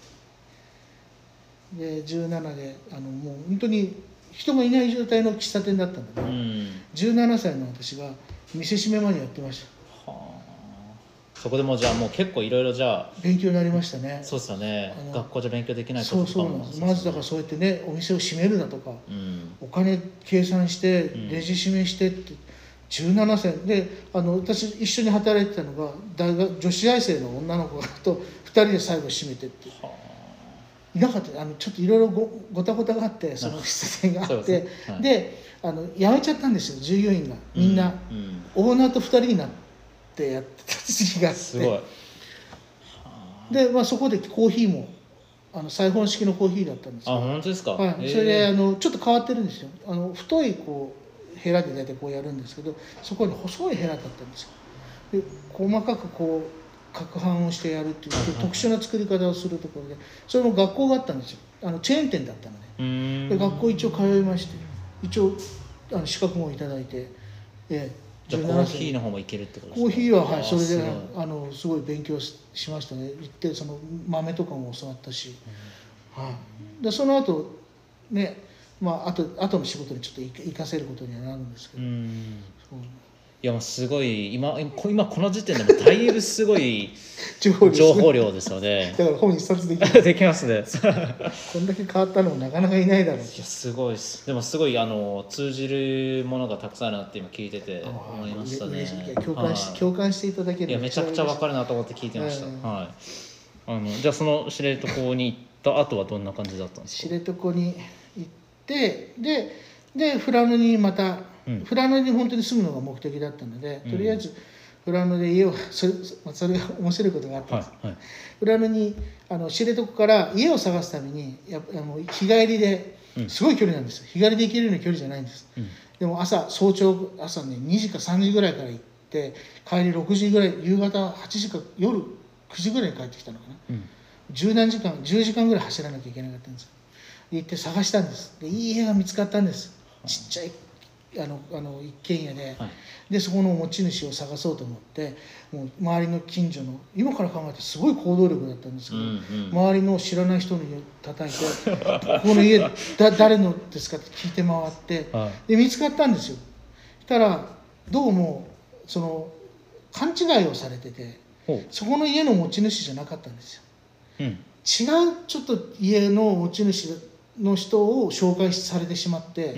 でじゅうななであのもう本当に人がいない状態の喫茶店だったんだけど、うん、じゅうななさいの私が店閉めまでやってました。はあ、そこでもじゃあもう結構いろいろじゃあ勉強になりましたね。 そうですよね。学校じゃ勉強できないこととかもそうそうなんです。まずだからそうやってねお店を閉めるだとか、うん、お金計算してレジ締めしてって、うん、じゅうななさいであの私一緒に働いてたのが大学女子大生の女の子とふたりで最後閉めてって。はあいなかったあのちょっといろいろごごたごたがあってその喫茶店があってで、はいであの辞めちゃったんですよ従業員がみんな、うんうん、オーナーとふたりになってやってた時期があってすごいで、まあ、そこでコーヒーもあのサイフォン式のコーヒーだったんですけどあ本当ですか、 はい、それであのちょっと変わってるんですよあの太いこうヘラで大体こうやるんですけどそこに細いヘラだったんですよで細かくこう攪拌をしてやるっていう特殊な作り方をするところでそれも学校があったんですよあのチェーン店だったのでで学校一応通いまして一応あの資格もいただいて、えじゃあコーヒーの方もいけるってことですか。 コーヒーははいそれであのすごい勉強 し, しましたね行ってその豆とかも教わったし、はい、でその後ねまああと後の仕事にちょっと生かせることにはなるんですけどうんそういやもうすごい 今, 今この時点でもだいぶすごい情報量ですよねだから本一冊できますできますねこんだけ変わったのもなかなかいないだろういやすごいですでもすごいあの通じるものがたくさんあるなって今聞いてて思いましたねいや共感し、はい、共感していただけるいやめちゃくちゃ分かるなと思って聞いてました、はい、あのじゃあその知床に行った後はどんな感じだったんですか。 知床に行ってでで富良野にまた富良野に本当に住むのが目的だったので、うん、とりあえず富良野で家をそれ、それが面白いことがあったんです、はいはい、富良野にあの知床から家を探すためにやあの日帰りですごい距離なんですよ日帰りで行けるような距離じゃないんです、うん、でも朝早朝朝ねにじかさんじぐらいから行って帰りろくじぐらい夕方はちじか夜くじぐらいに帰ってきたのかな、うん、じゅうなんじかんじゅうじかんぐらい走らなきゃいけなかったんですよ行って探したんですでいい家が見つかったんですちっちゃいあのあの一軒家で、はい、でそこの持ち主を探そうと思ってもう周りの近所の今から考えてすごい行動力だったんですけど、うんうん、周りの知らない人に叩いて「ここの家だ誰のですか?」って聞いて回って、はい、で見つかったんですよ。したらどうもその勘違いをされててそこの家の持ち主じゃなかったんですよ。うん、違うちょっと家の持ち主の人を紹介されてしまって、うんうん、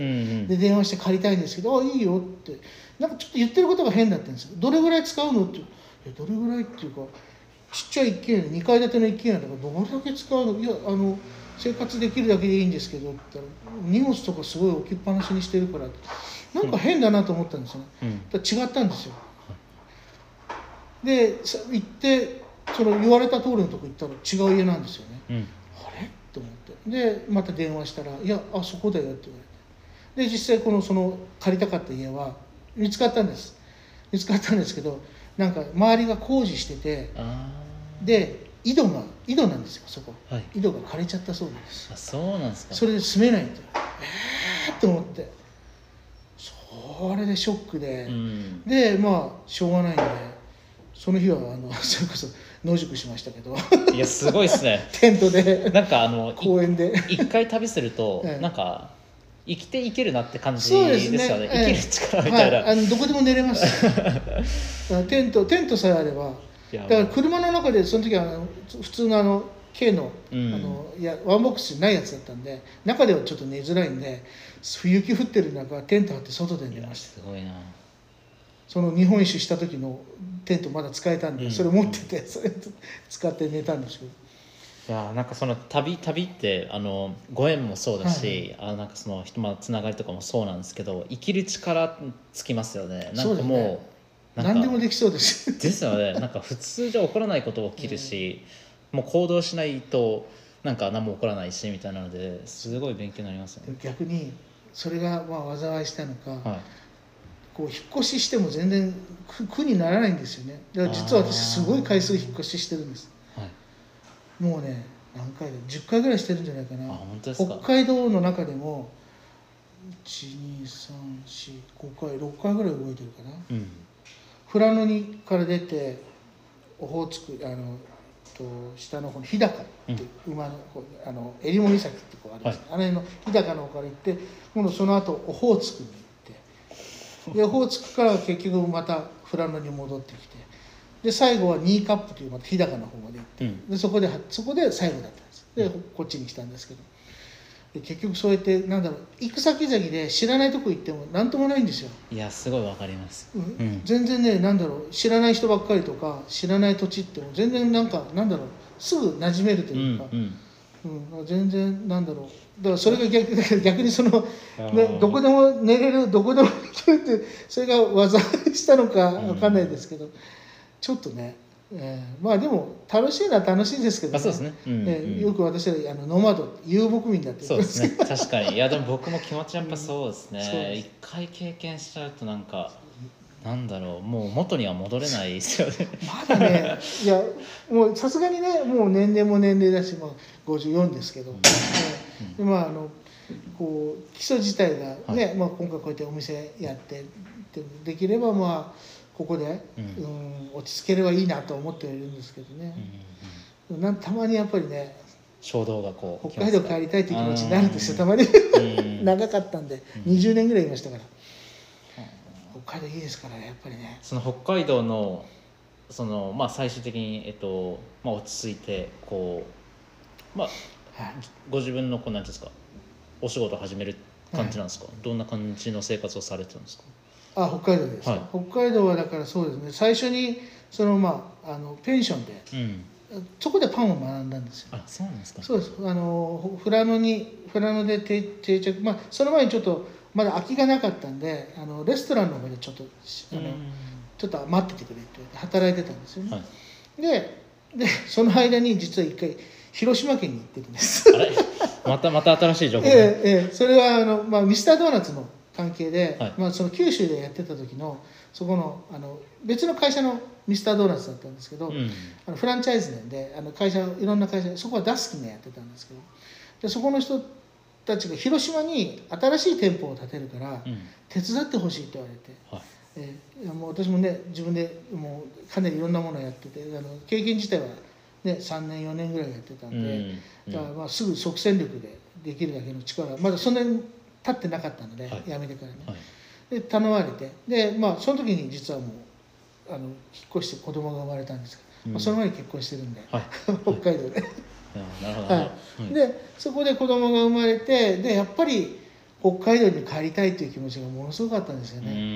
で電話して借りたいんですけど「あいいよ」ってなんかちょっと言ってることが変だったんですよ。どれぐらい使うのっていやどれぐらいっていうかちっちゃい一軒家でにかい建ての一軒家だからどれだけ使うのいやあの生活できるだけでいいんですけどって言ったら荷物とかすごい置きっぱなしにしてるからなんか変だなと思ったんですよね、うん、だから違ったんですよ。で行ってその言われた通りのとこ行ったら違う家なんですよね、うん、あれと思ってでまた電話したら「いやあそこだよ」って言われてで実際このその借りたかった家は見つかったんです見つかったんですけどなんか周りが工事しててで井戸が井戸なんですよそこ、はい、井戸が枯れちゃったそうなんです。 あそうなんですか。 それで住めないってえーと思ってそれでショックで、うん、でまあしょうがないんでその日はあのそれこそ野宿しましたけどいやすごいですねテントでなんかあの公園で一回旅すると、ええ、なんか生きていけるなって感じですよね。生きる力みたいな、 はい、あのどこでも寝れますテントテントさえあればだから車の中でその時はあの普通のあの軽の、うん、あのいやワンボックスじゃないやつだったんで中ではちょっと寝づらいんで雪降ってる中テント張って外で寝ました。 すごいな。 その日本一周した時のテントまだ使えたんで、うん、それ持っててそれ使って寝たんですけどいやなんかその旅旅ってあのご縁もそうだし、はい、あなんかその人のつながりとかもそうなんですけど生きる力つきますよね。なんかもう、ね、 なんか何でもできそうですですよね。なんか普通じゃ起こらないこと起きるし、 もう行動しないとなんか何も起こらないしみたいなのですごい勉強になりますよね。 逆にそれがまあ災いしたのか、はい、こう引っ越ししても全然苦苦にならないんですよね。だから実は私すごい回数引っ越ししてるんです、はい、もうね何回でじゅっかいぐらいしてるんじゃないかな。あ、本当ですか。北海道の中でもいちにさんしごかいろっかいぐらい動いてるかな、うん、富良野にから出てオホーツクあのと下の方の日高って馬の、うん、あの襟裳岬ってこうあるんです、はい、あの辺の日高の方から行って今度その後オホーツクに行ってでオホーツクから結局また富良野に戻ってきてで最後はニーカップというまた日高の方まで行って、うん、でそこでそこで最後だったんですで、うん、こっちに来たんですけどで結局そうやってなんだろう行く先々で知らないとこ行っても何ともないんですよ。 いやすごいわかります、 うんうん、全然ねなんだろう知らない人ばっかりとか知らない土地っても全然なんかなんだろうすぐ馴染めるというか、うんうんうん、全然なんだろうだからそれが 逆, 逆にその、ね、どこでも寝れるどこでも行けるってそれが技したのか分かんないですけど、うん、ちょっとねえー、まあでも楽しいのは楽しいですけどね。 あ、そうですね、うんうん、 えー、よく私はあのノマド遊牧民だって言ってますけどそうですね確かにいやでも僕も気持ちやっぱそうですね、一、うん、回経験しちゃうとなんかなんだろうもう元には戻れないですよねまだねいやもうさすがにねもう年齢も年齢だしもうごじゅうよんですけど、うんでまああのこう基礎自体がね、はいまあ、今回こうやってお店やってできればまあここで、うんうん、落ち着ければいいなと思ってはいるんですけどね、うんうん、なんたまにやっぱりね衝動がこう北海道帰りたいという気持ちになるんですよたまに長かったんでにじゅうねんぐらいいましたから、うん、北海道いいですからねやっぱりね。 その北海道のその、まあ、最終的に、えっとまあ、落ち着いてこう、まあはい、ご自分のこうなんていうんですかお仕事を始める感じなんですか、はい、どんな感じの生活をされてるんですか。 あ北海道です、はい、北海道はだからそうですね最初にその、まあ、あのペンションで、うん、そこでパンを学んだんですよ。 あそうなんですか。 そうですあの富良野に富良野で定定着、まあ、その前にちょっとまだ空きがなかったんであのレストランの方でちょっとあの、うん、ちょっと待っててくれって言って働いてたんですよね、はい、で, でその間に実は一回広島県に行ってるんですあれまたまた新しい情報、 ね、ええええそれはあの、まあ、ミスタードーナツの関係で、はいまあ、その九州でやってた時のそこ の, あの別の会社のミスタードーナツだったんですけど、うん、あのフランチャイズなんであの会社いろんな会社そこはダスキがやってたんですけどでそこの人たちが広島に新しい店舗を建てるから、うん、手伝ってほしいって言われて、はいえー、もう私もね自分でもうかなりいろんなものをやっててあの経験自体は、ね、さんねんよねんぐらいやってたんで、うんうん、だからまあすぐ即戦力でできるだけの力まだそんなに経ってなかったので、はい、辞めてからね、はい、で頼まれてで、まあ、その時に実はもうあの引っ越して子供が生まれたんですけど、うんまあ、その前に結婚してるんで、はい、北海道でなるほど、はい、 でそこで子供が生まれてでやっぱり北海道に帰りたいという気持ちがものすごかったんですよね。うん、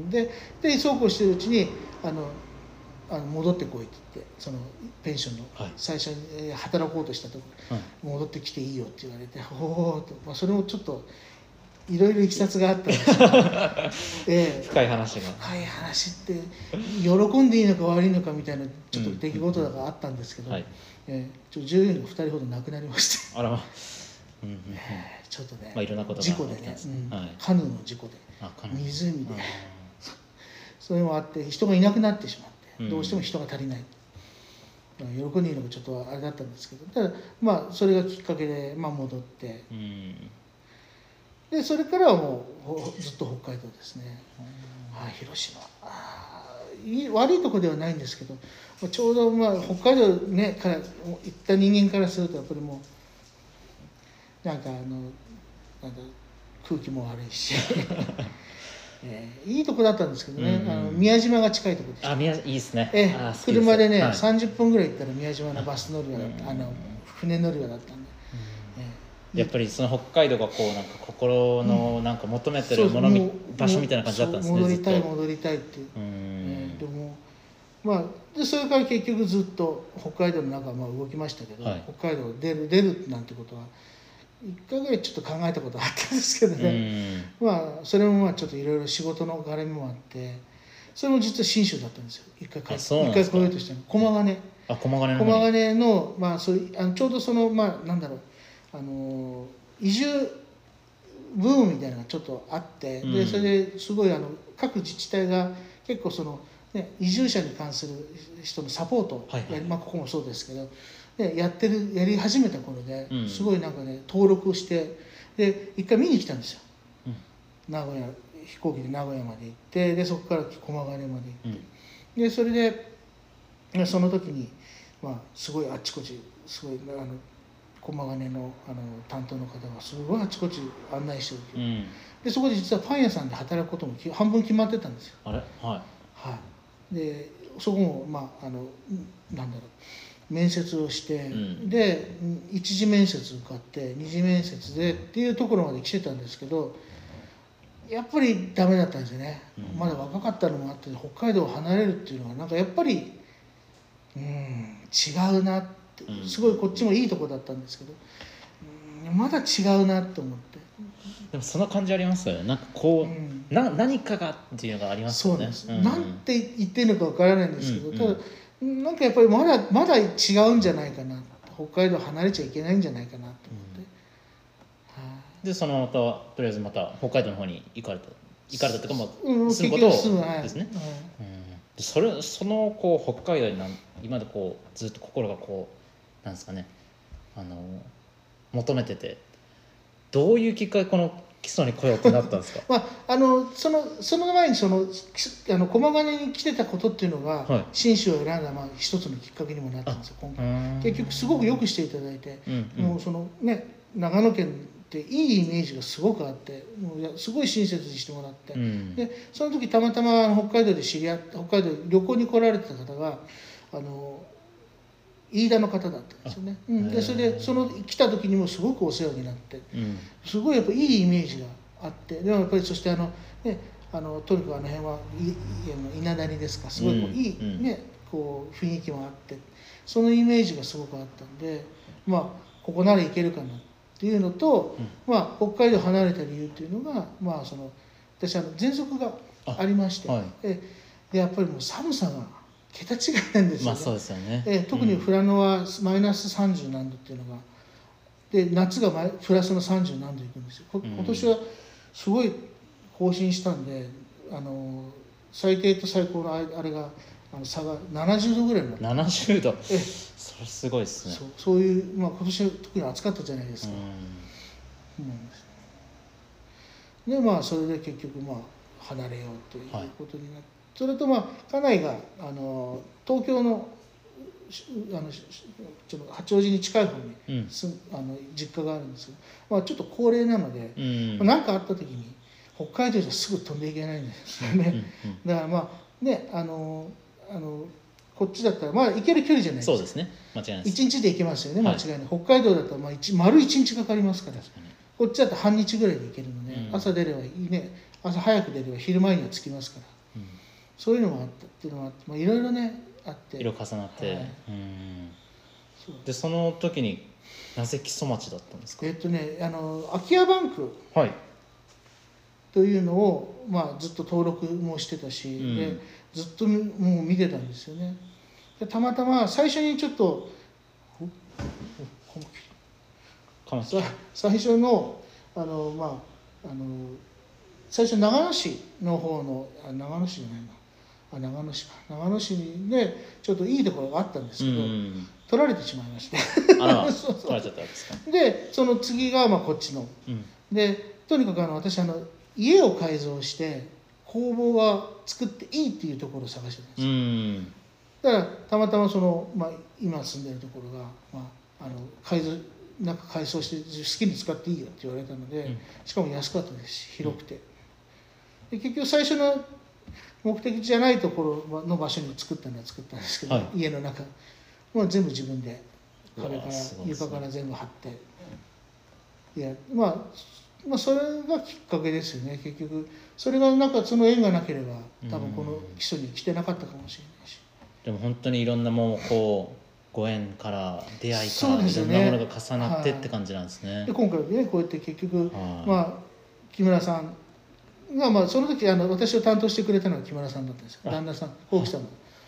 ででそうこうしてるうちにあのあの戻ってこいって言ってそのペンションの最初に働こうとしたところ、はい、戻ってきていいよって言われておおと、まあ、それもちょっといろいろいきさつがあったんですけど、 えー、深い話が深い話って喜んでいいのか悪いのかみたいなちょっと出来事があったんですけど、うんうんはいえー、ちょ従業員がふたりほど亡くなりましてあら、うんうんうんえー、ちょっとね、 まあ、いろんなことが事故でね、うんはい、カヌーの事故で湖でそれもあって人がいなくなってしまって、うん、どうしても人が足りない喜んでいいのがちょっとあれだったんですけどただまあそれがきっかけで、まあ、戻って、うん、でそれからはもうずっと北海道ですね、うん、あ広島あいい悪いとこではないんですけどちょうど、まあ、北海道、ね、から行った人間からするとやっぱりもうなんかあのなんだ空気も悪いしえー、いいとこだったんですけどね、うんうん、あの宮島が近いところでした。 あ宮いいですね、 えー、車でね、はい、さんじゅっぷんぐらい行ったら宮島のバス乗り場だった、うん、あの船乗り場だったんで、うんえー、やっぱりその北海道がこうなんか心のなんか求めてるもの、うん、場所みたいな感じだったんですね。 戻りたい戻りたいっていう、うんえー、でもまあでそれから結局ずっと北海道の中はまあ動きましたけど、はい、北海道出る出るなんてことはいっかいぐらいちょっと考えたことあったんですけどね、うん、まあそれもまあちょっといろいろ仕事の絡みもあってそれも実は信州だったんですよ。一回一回来ようとしたの駒がねあ、駒ヶ根の方に。 駒ヶ根の、まあ、そういうあのちょうどその、まあ、なんだろう、あの移住ブームみたいなのがちょっとあって、うん、でそれですごいあの各自治体が結構その、ね、移住者に関する人のサポートを、はいはい、まあ、ここもそうですけど、でやってるやり始めた頃で、うん、すごいなんかね登録をしてで一回見に来たんですよ、うん、名古屋飛行機で名古屋まで行ってでそこから駒ヶ根まで行って、うん、でそれでその時に、まあ、すごいあっちこちすごいあの駒ヶ根のあの担当の方がすごいあちこち案内しておいて、うん、でそこで実はパン屋さんで働くことも半分決まってたんですよ。 あれ、はいはい、でそこも、まあ、あのなんだろう面接をして、うん、で一次面接受かって二次面接でっていうところまで来てたんですけどやっぱりダメだったんですよね、うん、まだ若かったのもあって北海道を離れるっていうのはなんかやっぱり、うん、違うなって。すごいこっちもいいとこだったんですけど、うん、まだ違うなと思って。 でもその感じありますよね。なんかこう、うん、な何かがっていうのがありますよね。 そうなんです、うん、なんて言ってるのかわからないんですけど、うんうん、ただなんかやっぱりまだまだ違うんじゃないかな、北海道離れちゃいけないんじゃないかなと思って、 うんはあ、でそのまたとりあえずまた北海道の方に行かれた行かれたというか、まあうん、することをですね、はいはい、うん、それそのこう北海道になん今までこうずっと心がこうなんですかね、あの求めててどういうきっかけこの基礎に来ようってなったんですか？ まあ、あのそのその前にそのあの駒ヶ根に来てたことっていうのが、はい、信州を選んだ、まあ、一つのきっかけにもなったんですよ今回。結局すごくよくしていただいて、うんうん、もうそのね長野県っていいイメージがすごくあってもうすごい親切にしてもらって、うん、でその時たまたま北海道で知り合って北海道旅行に来られてた方があの飯田の方だったんですよね、うん、でそれでその来た時にもすごくお世話になって、うん、すごいやっぱいいイメージがあってでもやっぱりそしてあの、ね、あのとにかくあの辺はい稲谷ですかすごいこういい、うん、ね、こう雰囲気もあってそのイメージがすごくあったんで、まあ、ここならいけるかなっていうのと、うん、まあ、北海道離れた理由っていうのが、まあ、その私あの喘息がありまして、はい、でやっぱりもう寒さが桁違いなんですよね。 まあそうですよね。 で特に富良野はマイナスさんじゅう何度っていうのがで夏がプラスのさんじゅう何度いくんですよ。今年はすごい更新したんであの最低と最高のあれがあの差がななじゅうどぐらいになってななじゅうどえそれすごいですね。 そう、そういう、まあ、今年特に暑かったじゃないですか。うん、でまあそれで結局まあ離れようということになって、はい、それとまあ家内があの東京のあのちょっと八王子に近い方に住、うん、あの実家があるんですけど、まあ、ちょっと高齢なので何、うん、まあ、かあった時に北海道じゃすぐ飛んでいけないんですよね、うんうん、だからまあねあのあのこっちだったらまあ行ける距離じゃないですか。 そうですね、間違いないです。 いちにちで行けますよね、間違いない、はい、北海道だったらまあ丸いちにちかかりますから、こっちだったら半日ぐらいで行けるので、うん、朝出ればいいね、朝早く出れば昼前には着きますから、うん、そういうのもあったっていうのもあって、まあ、いろいろねあって色重なって、はい、うんそうでその時になぜ木曽町だったんですか？ えっとねあの空き家バンクというのを、まあ、ずっと登録もしてたし、うん、でずっともう見てたんですよね。でたまたま最初にちょっと最初のあのまああの最初長野市の方のあ長野市じゃないなあ長野市か長野市でちょっといいところがあったんですけど、うん、取られてしまいましてあらそうそう取られちゃったんですか。 でその次がまあこっちの、うん、でとにかくあの私あの家を改造して工房が作っていいっていうところを探してたんですよ、うん、だからたまたまその、まあ、今住んでるところが、まあ、あの改造なんか改装して好きに使っていいよって言われたので、うん、しかも安かったですし広くて、で結局最初の目的じゃないところの場所に作ったのは作ったんですけど、はい、家の中もう全部自分で壁から床から全部張って、いや、まあ、まあそれがきっかけですよね。結局それがなんかその縁がなければ多分この基礎に来てなかったかもしれないし、 でも本当にいろんなもうこうご縁から出会いから、ね、いろんなものが重なってって感じなんですね。はい、 で今回ねこうやって結局、まあ木村さんが、まあ、その時あの私を担当してくれたのは木村さんだったんですよ。旦那さん幸喜さんの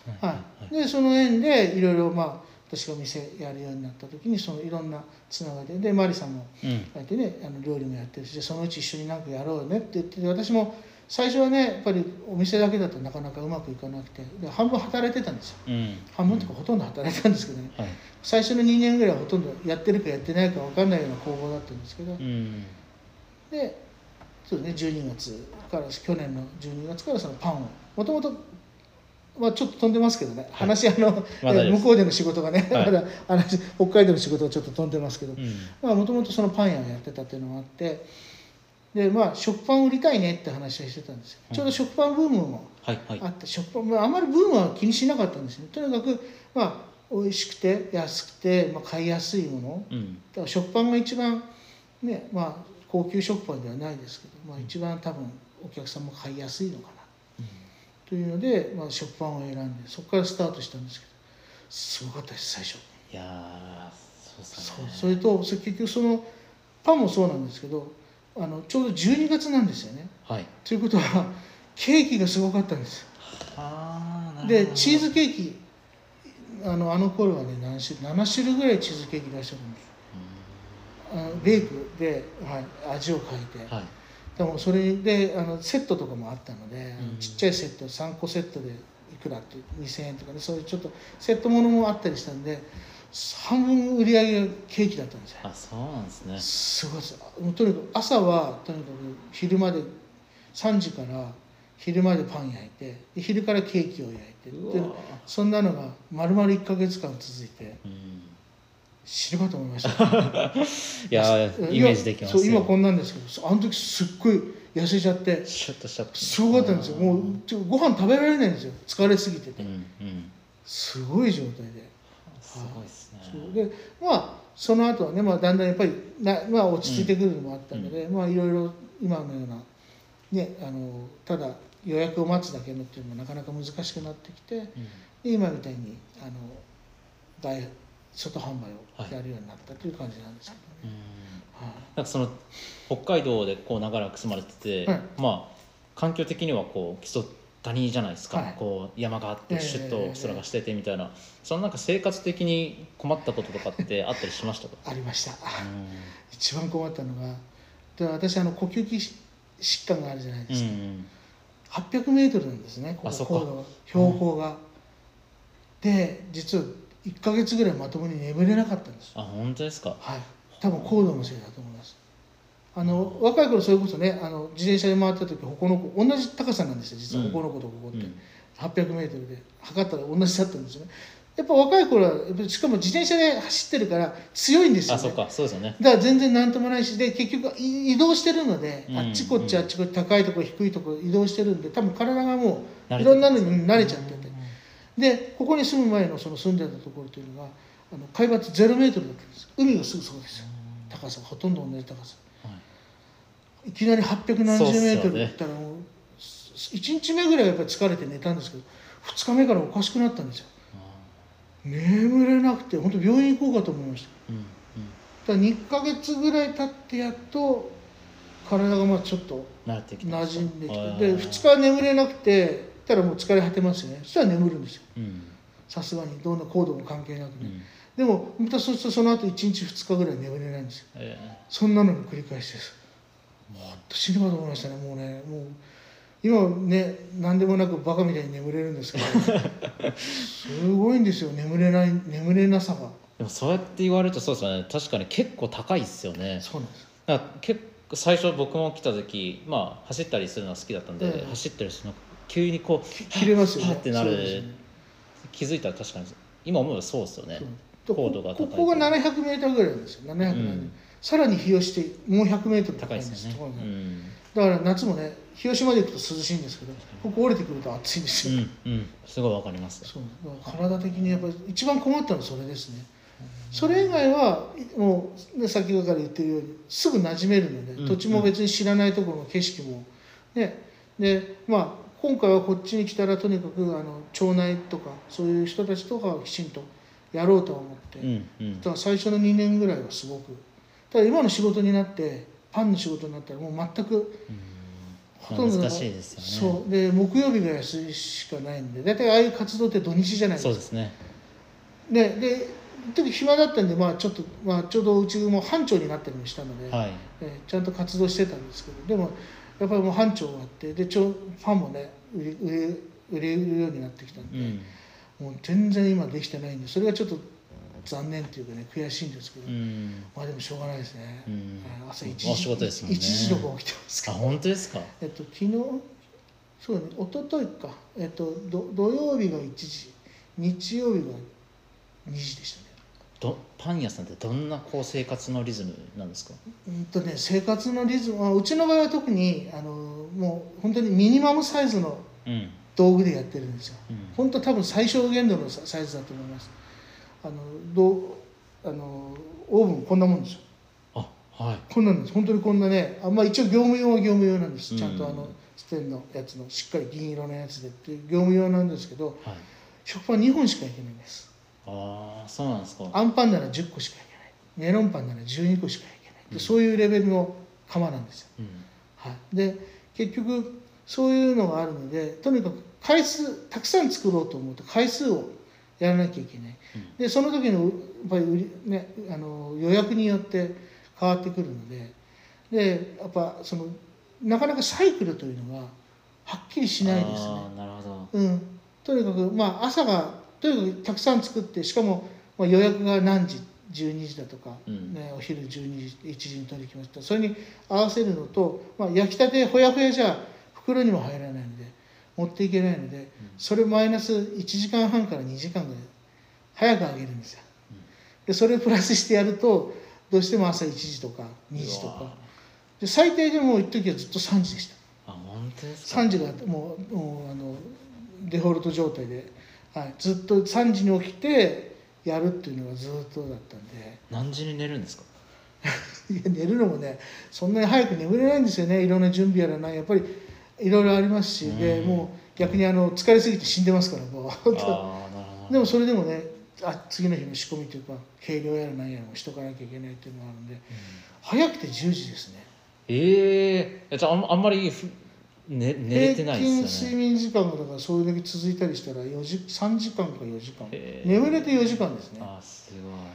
はいはい、でその縁でいろいろまあ私が店やるようになった時にそのいろんなつながりででマリさんもこうやってね、うん、あの料理もやってるしそのうち一緒になんかやろうねって言って私も最初はねやっぱりお店だけだとなかなかうまくいかなくてで半分働いてたんですよ、うん、半分とかほとんど働いてたんですけどね、はい、最初のにねんぐらいはほとんどやってるかやってないか分かんないような工房だったんですけど、うん、でそうですねじゅうにがつから去年のじゅうにがつからそのパンをもともとまあちょっと飛んでますけどね、はい、話あの、ま、向こうでの仕事がね、はい、まだ話北海道の仕事がちょっと飛んでますけどもともとそのパン屋をやってたっていうのがあってでまあ食パン売りたいねって話はしてたんですよ、うん、ちょうど食パンブームもあって、はいはい、食パン、まあ、あまりブームは気にしなかったんですよねとにかくまあ美味しくて安くて、まあ、買いやすいもの、うん、だから食パンが一番ねまあ高級食パンではないですけど、まあ、一番多分お客さんも買いやすいのかな、うん、というので、まあ、食パンを選んでそこからスタートしたんですけどすごかったです最初。 いやそうですね。 それとそれ結局そのパンもそうなんですけどあのちょうどじゅうにがつなんですよね、はい、ということはケーキがすごかったんです。あなるほど。でチーズケーキあのあの頃はね何種なな種類ぐらいチーズケーキ出してるんです。あのベークで、はい、味を変えて、はい、でもそれであのセットとかもあったので、うん、ちっちゃいセットさんこセットでいくらってにせんえんとかねそういうちょっとセットものもあったりしたんで半分売り上げがケーキだったんですよ。 あそうなんですね。 すごいです。とにかく朝はとにかく昼までさんじから昼までパン焼いて昼からケーキを焼いてでそんなのが丸々いっかげつかん続いて、うん、死ぬかと思いました、ね、 いやイメージできますよ。 そう今こんなんですけどあの時すっごい痩せちゃってシュッとしちゃってすごかったんですよ。もうご飯食べられないんですよ疲れすぎてて、うんうん、すごい状態で。 すごいですね。 でまあその後はね、まあ、だんだんやっぱりな、まあ、落ち着いてくるのもあったので、うん、まあいろいろ今のような、ね、あのただ予約を待つだけのっていうのもなかなか難しくなってきて、うん、で今みたいにあの外外販売をやるようになったという感じなんですけどね。 はい、なんかその北海道でこう長らく住まれてて、はい、まあ環境的にはこう基礎谷じゃないですか、はい、こう山があってシュッと空がしててみたいな、えー、そのなんか生活的に困ったこととかってあったりしましたか？ ありました。一番困ったのがで私あの呼吸器疾患があるじゃないですか、うんうん、はっぴゃくメートルなんですねここ高度標高が、うん、で実はいっかげつぐらいまともに眠れなかったんです。 あ本当ですか？ はい多分高度のせいだと思います。あの若い頃それこそねあの自転車で回った時鉾の湖同じ高さなんですよ実は鉾の湖とここって、うん、はっぴゃくメートルで測ったら同じだったんですよね。やっぱ若い頃はやっぱしかも自転車で走ってるから強いんですよね。 あそうかそうですよね。 だから全然なんともないしで結局移動してるので、うん、あっちこっちあっちこっち高いところ低いところ移動してるんで多分体がもういろんなのに慣れちゃってて、うん、でここに住む前のその住んでたところというのがあの海抜ゼロメートルだったんです。海がすぐそうですよ、うん、高さほとんど同じ高さ、はい、いきなりはっぴゃくなんじゅうメートルいったらもういちにちめぐらいはやっぱり疲れて寝たんですけどふつかめからおかしくなったんですよ。眠れなくて本当病院行こうかと思いました、うんうん、だからにかげつぐらい経ってやっと体がまあちょっと馴染んできてでふつか眠れなくてたらもう疲れ果てますよね。そしたら眠るんですよさすがにどんな高度も関係なくね、うん、でもまた そ, その後いちにちふつかぐらい眠れないんですよ、えー、そんなのの繰り返しです。もっと死ぬかと思いましたね。もうねもう今ね何でもなくバカみたいに眠れるんですけどすごいんですよ眠れない眠れなさが。 でもそうやって言われるとそうですよね。確かに結構高いですよね。 そうなんです。 だから結構最初僕も来た時まあ走ったりするのが好きだったんで、うん、走ったりするの急にこう切れますよねってなる、ね、気づいたら確かに今思えばそうですよね。高度が高い。 ここがななひゃくメートルぐらいなんですよ。ななひゃく、うん、さらに日吉ってもうひゃくメートル高いですよね、うん、 だから夏もね日吉まで行くと涼しいんですけどここ降りてくると暑いんですよ、 うんうん、すごいわかります。 そう体的にやっぱり一番困ったのはそれですね。それ以外はもう、ね、先ほどから言ってるようにすぐ馴染めるので、うん、土地も別に知らないところの景色もねでまあ今回はこっちに来たらとにかくあの町内とかそういう人たちとかをきちんとやろうと思って、うんうん、だから最初のにねんぐらいはすごくただ今の仕事になってパンの仕事になったらもう全くほとんど難しいですよね。 そうで木曜日が休みしかないんで、大体ああいう活動って土日じゃないですか。 そうですね。 でで時暇だったんで、まあ、ちょっと、まあ、ちょうどうちも班長になったりもしたので、 はい、 えちゃんと活動してたんですけど、でもやっぱりもう班長終わってでちょファンもね売れ売れ売れるようになってきたんで、うん、もう全然今できてないんで、それがちょっと残念っていうかね悔しいんですけど、うん、まあでもしょうがないですね、うん、朝いちじ、ね、いちじとか起きてますから、 あ本当ですか。 えっと昨日そうね一昨日か、えっと、ど土曜日がいちじ、日曜日がにじでしたね。 どパン屋さんってどんなこう生活のリズムなんですか。 うんとね、生活のリズムはうちの場合は特にあのもう本当にミニマムサイズの道具でやってるんですよ、うん、本当多分最小限度のサイズだと思います。あのどあのオーブンこんなもんですよ。 あ、はい、 こんなんです。本当にこんなね、あんまあ、一応業務用は業務用なんです、ちゃんとあのステンのやつのしっかり銀色のやつでっていう業務用なんですけど、はい、食パンにほんしかいけないんです。 ああ、そうなんですか。 あんパンならじゅっこしかいけない、メロンパンならじゅうにこしかいけないで、うん、そういうレベルの釜なんですよ、うん、はい、で結局そういうのがあるので、とにかく回数たくさん作ろうと思うと回数をやらなきゃいけない、うん、でその時のやっぱり売り、ね、あの予約によって変わってくるので、でやっぱそのなかなかサイクルというのがはっきりしないですね。 あ、なるほど、うん、とにかく、まあ、朝がとにかくたくさん作って、しかも、まあ、予約が何時じゅうにじだとか、うんね、お昼じゅうにじいちじに取り決まった、それに合わせるのと、まあ、焼きたてほやほやじゃ袋にも入らないので持っていけないので、うん、それマイナスいちじかんはんからにじかんぐらい早く揚げるんですよ、うん、でそれをプラスしてやるとどうしても朝いちじとかにじとかで、最低でも一時はずっとさんじでした。 あ、本当ですか。 さんじがもう、もうあのデフォルト状態で、はい、ずっとさんじに起きてやるっていうのがずっとだったんで。 何時に寝るんですか。 いや寝るのもねそんなに早く眠れないんですよね。いろんな準備やらないやっぱりいろいろありますし、でもう逆にあの疲れすぎて死んでますからもうでもそれでもね、あ次の日の仕込みというか計量やら何やらもしとかなきゃいけないっていうのがあるんで、うん、早くてじゅうじですね。 ええー、じゃああんまりね、寝れてないですよね。 平均睡眠時間がだからそれだけ続いたりしたらよじさんじかんかよじかん眠れてよじかんですね。 あ、す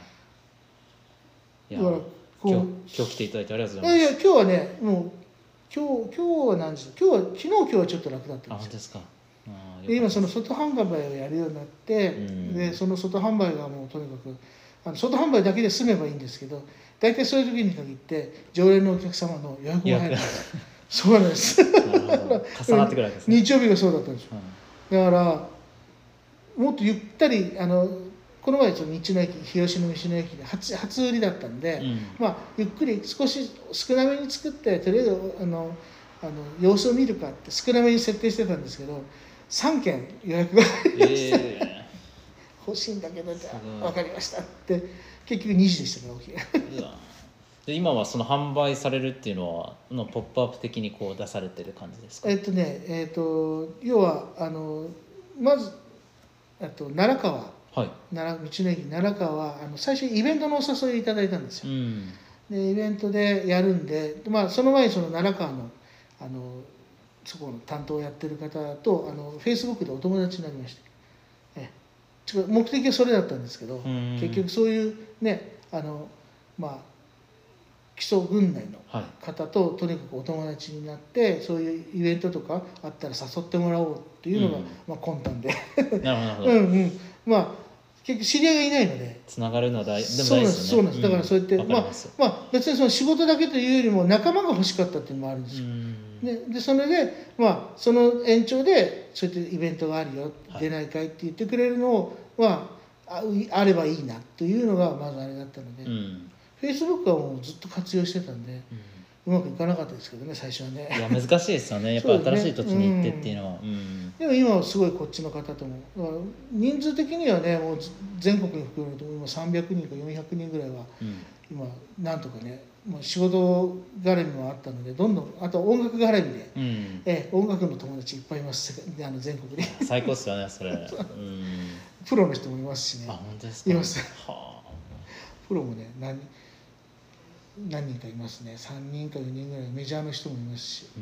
ごい。いやだからこう今日今日来ていただいてありがとうございます。 いやいや今日はねもう今日今日は何時今日は昨日今日はちょっと楽だったんですよ。あ、本当ですか。あで今その外販売をやるようになって、うん、でその外販売がもうとにかくあの外販売だけで済めばいいんですけど、大体そういう時に限って常連のお客様の予約が入るんです。そうなんです。 なるほど。重なってくるわけですね。 日曜日がそうだったんですよ。うん、だからもっとゆったりあのこの前その道の駅日吉の道の駅で 初, 初売りだったんで、うん、まあゆっくり少し少なめに作ってとりあえずあのあの様子を見るかって少なめに設定してたんですけどさんけん予約が入りまして、えー、欲しいんだけどじゃあ分かりましたって結局にじでしたね起きで今はその販売されるっていうのはのポップアップ的にこう出されてる感じですか。 えっとねえっと要はあのまずあと奈良川、はい、奈良道の駅奈良川はあの最初イベントのお誘いいただいたんですよ、うん、でイベントでやるんで、まあ、その前にその奈良川のあのそこの担当をやってる方とあのフェイスブックでお友達になりまして、え目的はそれだったんですけど、うん、結局そういうねあのまあ基礎軍内の方ととにかくお友達になってそういうイベントとかあったら誘ってもらおうっていうのが、うんまあ、魂胆でなるほどうん、うん、まあ結局知り合いがいないのでつながるのは大事ですよね。そうなんです、そうなんです。だからそうやって、うん、まあ、まあ別にその仕事だけというよりも仲間が欲しかったっていうのもあるんですよ。で, でそれでまあその延長でそういったイベントがあるよ、はい、出ないかいって言ってくれるのをまあ あ, あればいいなというのがまずあれだったので。うんフェイスブックはもうずっと活用してたんで、うん、うまくいかなかったですけどね最初はね。 いや難しいですよねやっぱ新しい土地に行ってっていうのは、ねうんうん、 でも今はすごいこっちの方とも人数的にはねもう全国に含めると今さんびゃくにんかよんひゃくにんぐらいは、うん、今なんとかねもう仕事絡みもあったのでどんどんあと音楽絡みで、うん、え音楽の友達いっぱいいますあの全国に最高っすよねそれ、うん、 プロの人もいますしね。 あ本当ですか。 いますはあプロもね何何人かいますね。さんにんかよにんぐらいメジャーの人もいますし、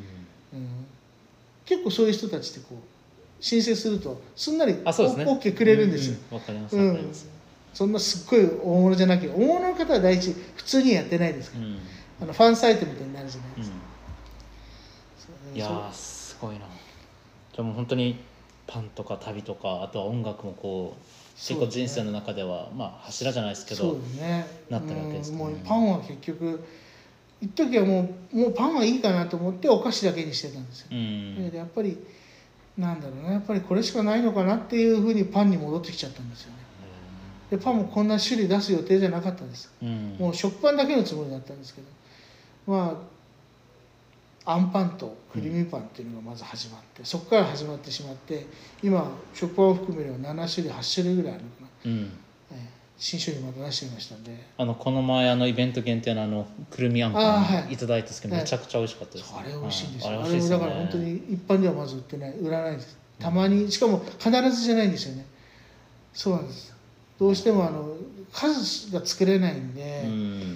うん、結構そういう人たちってこう申請するとすんなり OK くれるんですよ。 わかりますわかります。 そんなすっごい大物じゃなきゃ、大物の方は第一普通にやってないですから、うん、あのファンサイトみたいになるじゃないですか、 うん、いやーすごいな。じゃあもう本当にパンとか旅とかあとは音楽もこう結構人生の中では、ね、まあ柱じゃないですけど、 そうですね、 なってるわけですかね。 もうパンは結局一時はもうもうパンはいいかなと思ってお菓子だけにしてたんですよ、うん、だけどやっぱりなんだろうね、やっぱりこれしかないのかなっていうふうにパンに戻ってきちゃったんですよね。でパンもこんな種類出す予定じゃなかったんです、うん、もう食パンだけのつもりだったんですけど、まああんパンとクリームパンっていうのがまず始まって、うん、そこから始まってしまって今食パンを含めればなな種類はち種類ぐらいあるのかな、うん、えー、新種類また出してみましたんで、 あのこの前あのイベント限定のあのくるみあんパンいただいたんですけど、はい、めちゃくちゃ美味しかったです、ね、 あれ美味しいんですよ、 あれあれもだから本当に一般ではまず売ってない売らないです。たまに、しかも必ずじゃないんですよね。そうなんです。どうしてもあの数が作れないんで、うん、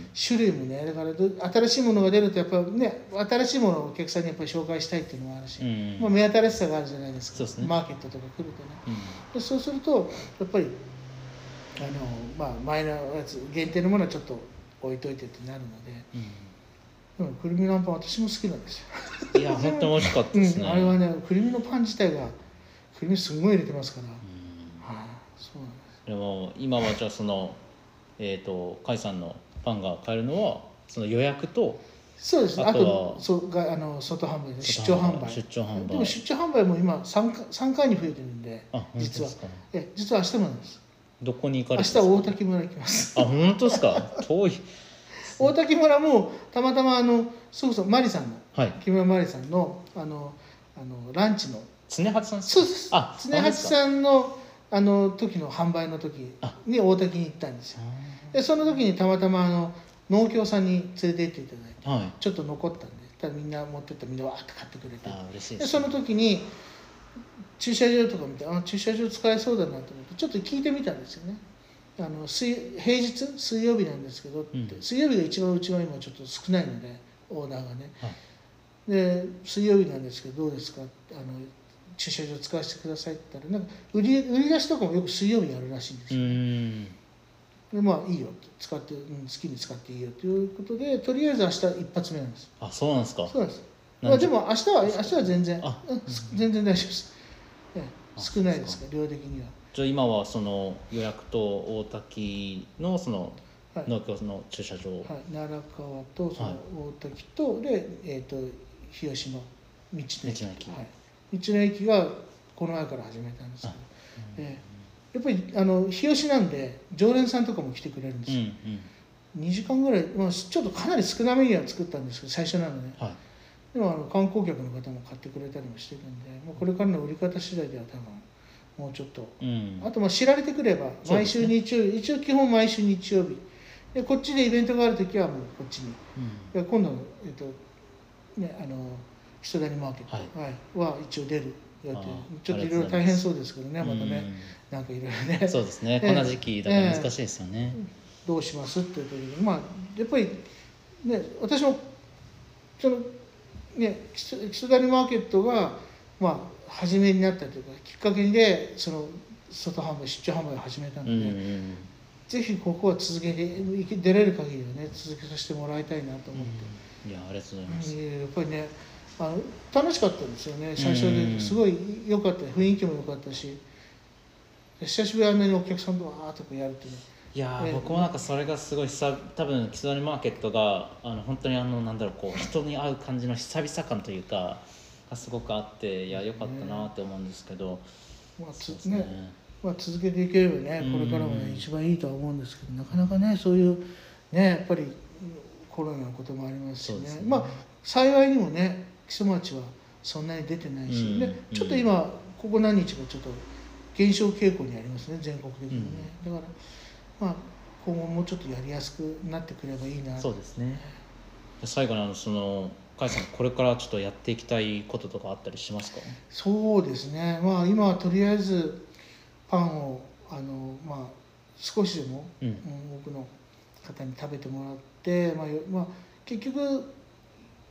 種類もね、だから新しいものが出るとやっぱね、新しいものをお客さんにやっぱり紹介したいっていうのもあるし、うん、まあ、目新しさがあるじゃないですか。そうですね、マーケットとか来るとね、うん、でそうするとやっぱりあの、まあ、前のやつ限定のものはちょっと置いといてってなるので、うん、でもくるみのあんパン私も好きなんですよ。 いや本当に美味しかったですね、 うん、あれはね、くるみのパン自体がくるみすごい入れてますから、うん、はあ、そうなんです。 でも今はじゃあそのえっ、ー、と甲斐さんのパンが買えるのはその予約と、 そうですね、あとそうがあの外販売で出張販売出張販売でも出張販売も今 3, 3回に増えてるんで、実はえ実は明日もなんです。 どこに行かれてですか？ 明日大滝村行きます。 あ、本当ですか？遠い。 大滝村もたまたまあのそうそうマリさんの、はい、木村マリさんのあのあのランチの常八さん、 そうです。あ、常八さんのあの時の販売の時に大滝に行ったんですよ。でその時にたまたまあの農協さんに連れて行っていただいて、はい、ちょっと残ったんで、ただみんな持ってってみんなわーって買ってくれて、 あ、嬉しいですね。 でその時に駐車場とか見て、あ、駐車場使えそうだなと思ってちょっと聞いてみたんですよね。あの水平日水曜日なんですけどって、うん、水曜日が一番うちは今ちょっと少ないのでオーダーがね、はい、で水曜日なんですけどどうですか、あの駐車場使わせてくださいって言ったらなんか売り売り出しとかもよく水曜日やるらしいんですよ、ね、うんでまあいいよ使って、うん、好きに使っていいよということでとりあえず明日一発目なんです。 あ、そうなんですか。 そうなんです。まあ、でも明日は明日は全然、うん、全然大丈夫です。ええ、少ないですから量的には。 じゃあ今はその予約と大滝のその農協の駐車場、はい、 奈良川とその大滝と、はい、で、えー、と日吉の道の駅、道の駅、はい、道の駅がこの前から始めたんですけど、うん、えー、やっぱりあの日吉なんで常連さんとかも来てくれるんですよ、うんうん、にじかんぐらい、まあ、ちょっとかなり少なめには作ったんですけど最初なので、はい、でもあの観光客の方も買ってくれたりもしてるんで、まあ、これからの売り方次第では多分もうちょっと、うん、あとまあ知られてくれば毎週日曜日、ね、一応基本毎週日曜日でこっちでイベントがあるときはもうこっちに、うん、今度の、えっとね、あの人谷マーケット、はいはい、は一応出る予定。ちょっといろいろ大変そうですけどね、またね、うん、なんかいろいろね、 そうですね、こんな時期だから難しいですよね、えー、どうしますっていう時に、まあやっぱりね、私もそのね人谷マーケットがまあ初めになったというかきっかけでその外販売出張販売を始めたので、うんうん、ぜひここは続けて出れる限りはね続けさせてもらいたいなと思って、 うん、いやありがとうございます、 やっぱりねあの楽しかったんですよね。最初ですごい良かった、雰囲気も良かったし久しぶりにあんなにお客さんとわーっとやるってね。 いや、えー、僕もなんかそれがすごいさ多分木曽谷マーケットがあの本当にあのなんだろうこう人に会う感じの久々感というかがすごくあっていや良かったなって思うんですけど、 まあつねねまあ、続けていければねこれからもね一番いいとは思うんですけどなかなかねそういうねやっぱりコロナのこともありますし ね, ねまあ幸いにもね木曽町はそんなに出てないし、でちょっと今ここ何日かちょっと減少傾向にありますね全国的にね、うん、だからまあ今後もうちょっとやりやすくなってくればいいな。 そうですね。最後にあのその甲斐さんこれからちょっとやっていきたいこととかあったりしますか？ そうですね、まあ今はとりあえずパンをあの、まあ、少しでも、うん、多くの方に食べてもらって、まあまあ、結局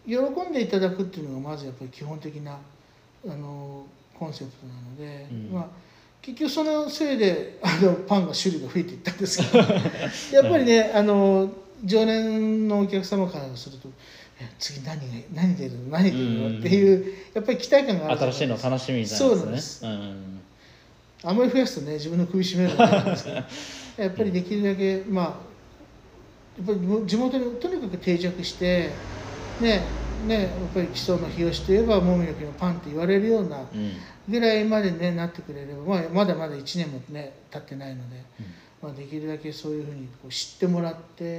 喜んでいただくっていうのがまずやっぱり基本的なあのコンセプトなので、うん、まあ、結局そのせいであのパンが種類が増えていったんですけどやっぱりね、あの常連のお客様からすると次何が何出るの何出るのっていうやっぱり期待感がある。 新しいの楽しみみたいな、ね、 そうなんです、うん、あまり増やすとね自分の首絞めるのなんですけどやっぱりできるだけ、まあやっぱり地元にとにかく定着してねね、やっぱり基礎の日吉といえばもみの木のパンって言われるようなぐらいまで、ね、なってくれれば、まあ、まだまだいちねんもね経ってないので、うん、まあ、できるだけそういうふうにこう知ってもらって、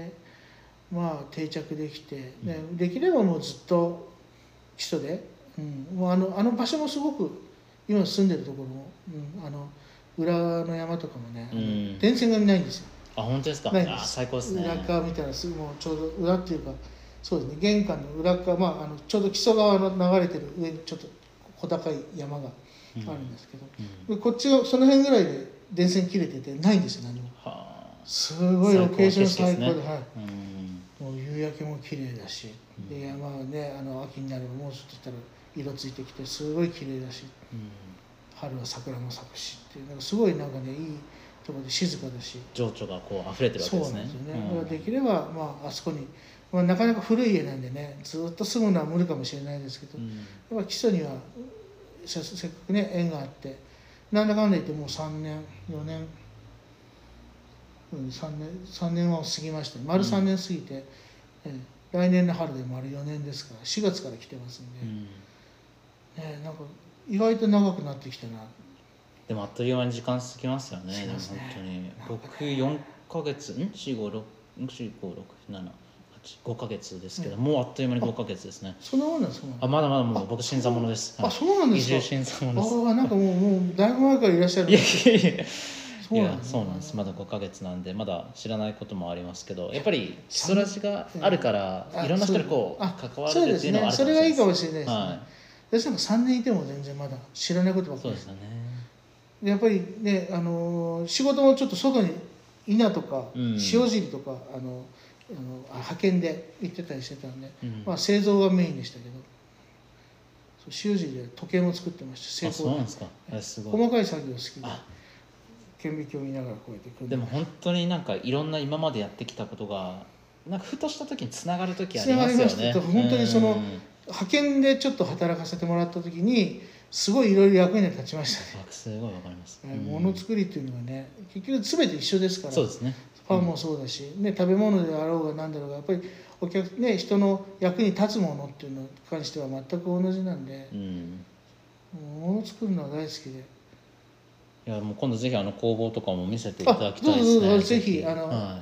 まあ、定着できて、ね、うん、できればもうずっと基礎で、うん、もうあのあの場所もすごく今住んでるところも、うん、あの裏の山とかもね、うん、電線がないんですよ。 あ、本当ですか。 ないんです。 あ、最高ですね。 裏側見たらすぐもうちょうど裏っていうか、そうですね、玄関の裏側、まあ、あのちょうど木曽川の流れてる上にちょっと小高い山があるんですけど、うんうん、こっちがその辺ぐらいで電線切れててないんですよ、何も。はあ、すごいロケーション最高で、ね、はい、うん、もう夕焼けも綺麗だし、うん、で山はね、あの秋になればもうちょっとしたら色ついてきてすごい綺麗だし、うん、春は桜も咲くしっていう、なんかすごいなんかね、いいところで静かだし、 情緒がこう溢れてるわけですね。 そうなんですよね。だからできれば、まあ、あそこに、まあ、なかなか古い家なんでね、ずっと住むのは無理かもしれないですけど、うん、やっぱ基礎にはせっかくね縁があって、なんだかんだ言ってもうさんねんよねん、うん、さんねんさんねんは過ぎましたね。丸さんねん過ぎて、うん、え来年の春で丸よねんですから、しがつから来てますんで、うん、ね、なんか意外と長くなってきたな。 でもあっという間に時間過ぎますよね。でも本当に僕よんかげつ、ん よん、ご、ろく、よん、ご、ろく、なな、はち、ごかげつですけど、うん、もうあっという間にごかげつですね。 そんなもんなんですか。 あ、まだまだもう僕新参者です。 あ、そうなんですか。 移住新参者です。 ああ、なんかもうもうだいぶ前からいらっしゃる。 いやいやいや。そうなんです、そうなんです。まだごかげつなんでまだ知らないこともありますけど、やっぱり基礎ラジがあるからいろんな人にこう関われるっていうのはあるかもしれないです。 それがいいかもしれないですね。 はい、 私なんかさんねんいても全然まだ知らないことばっかりです。そうですよね。やっぱりね、あの仕事もちょっと外に稲とか塩尻とか、うん、あのあの派遣で行ってたりしてたんで、うん、まあ、製造がメインでしたけど、塩尻で時計も作ってました。 あ、そうなんですか。すごい細かい作業好きで顕微鏡を見ながらこうやって組んで。でも本当になんかいろんな今までやってきたことがなんかふとした時につながる時ありますよね。つながりました。 本当にその派遣でちょっと働かせてもらった時にすごいいろいろ役に立ちましたね。 すごいわかります。 ものづくりっていうのはね、結局全て一緒ですから。 そうですね。 パンもそうだし、ね、食べ物であろうが何だろうがやっぱりお客、ね、人の役に立つものっていうのに関しては全く同じなんで、うん、もの作るのは大好きで。 いやもう今度ぜひあの工房とかも見せていただきたいですね。 どうぞぜひあの、はい、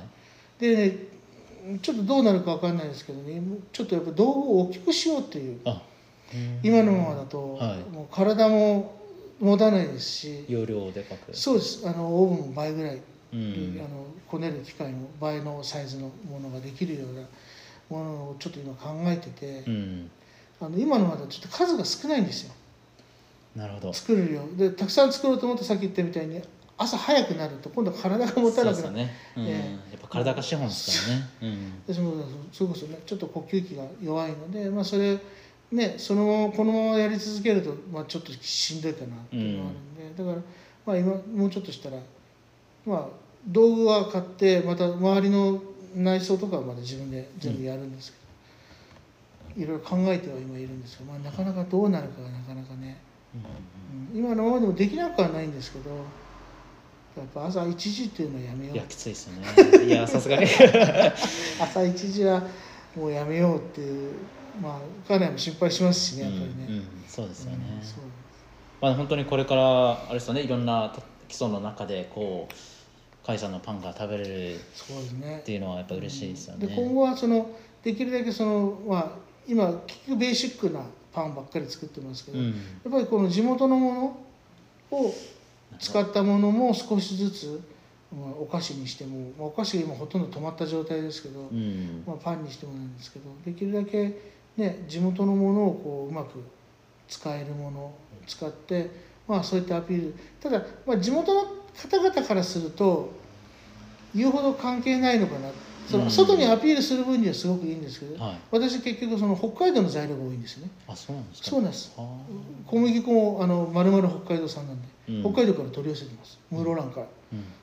でね、ちょっとどうなるか分かんないですけどね、ちょっとやっぱ道具を大きくしようっていう。あ、今のままだと、はい、もう体も持たないですし、 容量でかく。 そうです。あのオーブンも倍ぐらい、うん、あのこねる機械も倍のサイズのものができるようなものをちょっと今考えてて、うん、あの今のまだちょっと数が少ないんですよ。 なるほど。 作る量でたくさん作ろうと思って、さっき言ったみたいに朝早くなると今度は体が持たなくなる。そうですね。うん、えー、やっぱ体が資本ですからね。うん、 私もそれこそねちょっと呼吸器が弱いので、まあそれね、そのこのままやり続けると、まあ、ちょっとしんどいかなっていうのがあるんで、うん、だから、まあ、今もうちょっとしたら、まあ、道具は買ってまた周りの内装とかはまだ自分で全部やるんですけど、うん、いろいろ考えては今いるんですけど、まあ、なかなかどうなるかがなかなかね、うん、今のままでもできなくはないんですけど、やっぱ朝いちじっていうのはやめよう。 いやきついですよね。いやさすがに朝いちじはもうやめようっていう。まあ、家内も心配しますしね、やっぱりね。 うんうん、そうですよね。うん、そうまあ、本当にこれからあれですよね、いろんな基礎の中でこう甲斐さんのパンが食べれるっていうのはやっぱ嬉しいですよね。 で今後はそのできるだけその、まあ、今結局ベーシックなパンばっかり作ってますけど、うん、やっぱりこの地元のものを使ったものも少しずつ。まあ、お菓子にしても、まあ、お菓子が今ほとんど止まった状態ですけど、うん、まあ、パンにしてもなんですけど、できるだけ、ね、地元のものをこううまく使えるものを使って、まあ、そういったアピール。ただ、まあ、地元の方々からすると言うほど関係ないのかなっその外にアピールする分にはすごくいいんですけど、 はい、 私結局その北海道の材料が多いんですよね。 あ、そうなんですか。 そうなんです。小麦粉もあの丸々北海道産なんで、うん、北海道から取り寄せてます、室蘭から、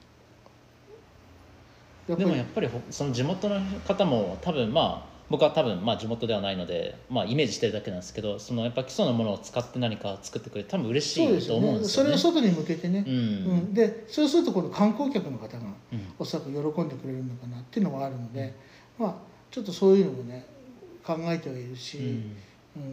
うん、でもやっぱりその地元の方も多分まあ僕は多分まあ地元ではないので、まあ、イメージしてるだけなんですけど、そのやっぱ基礎のものを使って何か作ってくれて多分嬉しいと思うんですよね。 それを外に向けてね、 うんうん、 でそうするとこの観光客の方がおそらく喜んでくれるのかなっていうのもあるので、うん、まあちょっとそういうのもね考えてはいるし、うんうん、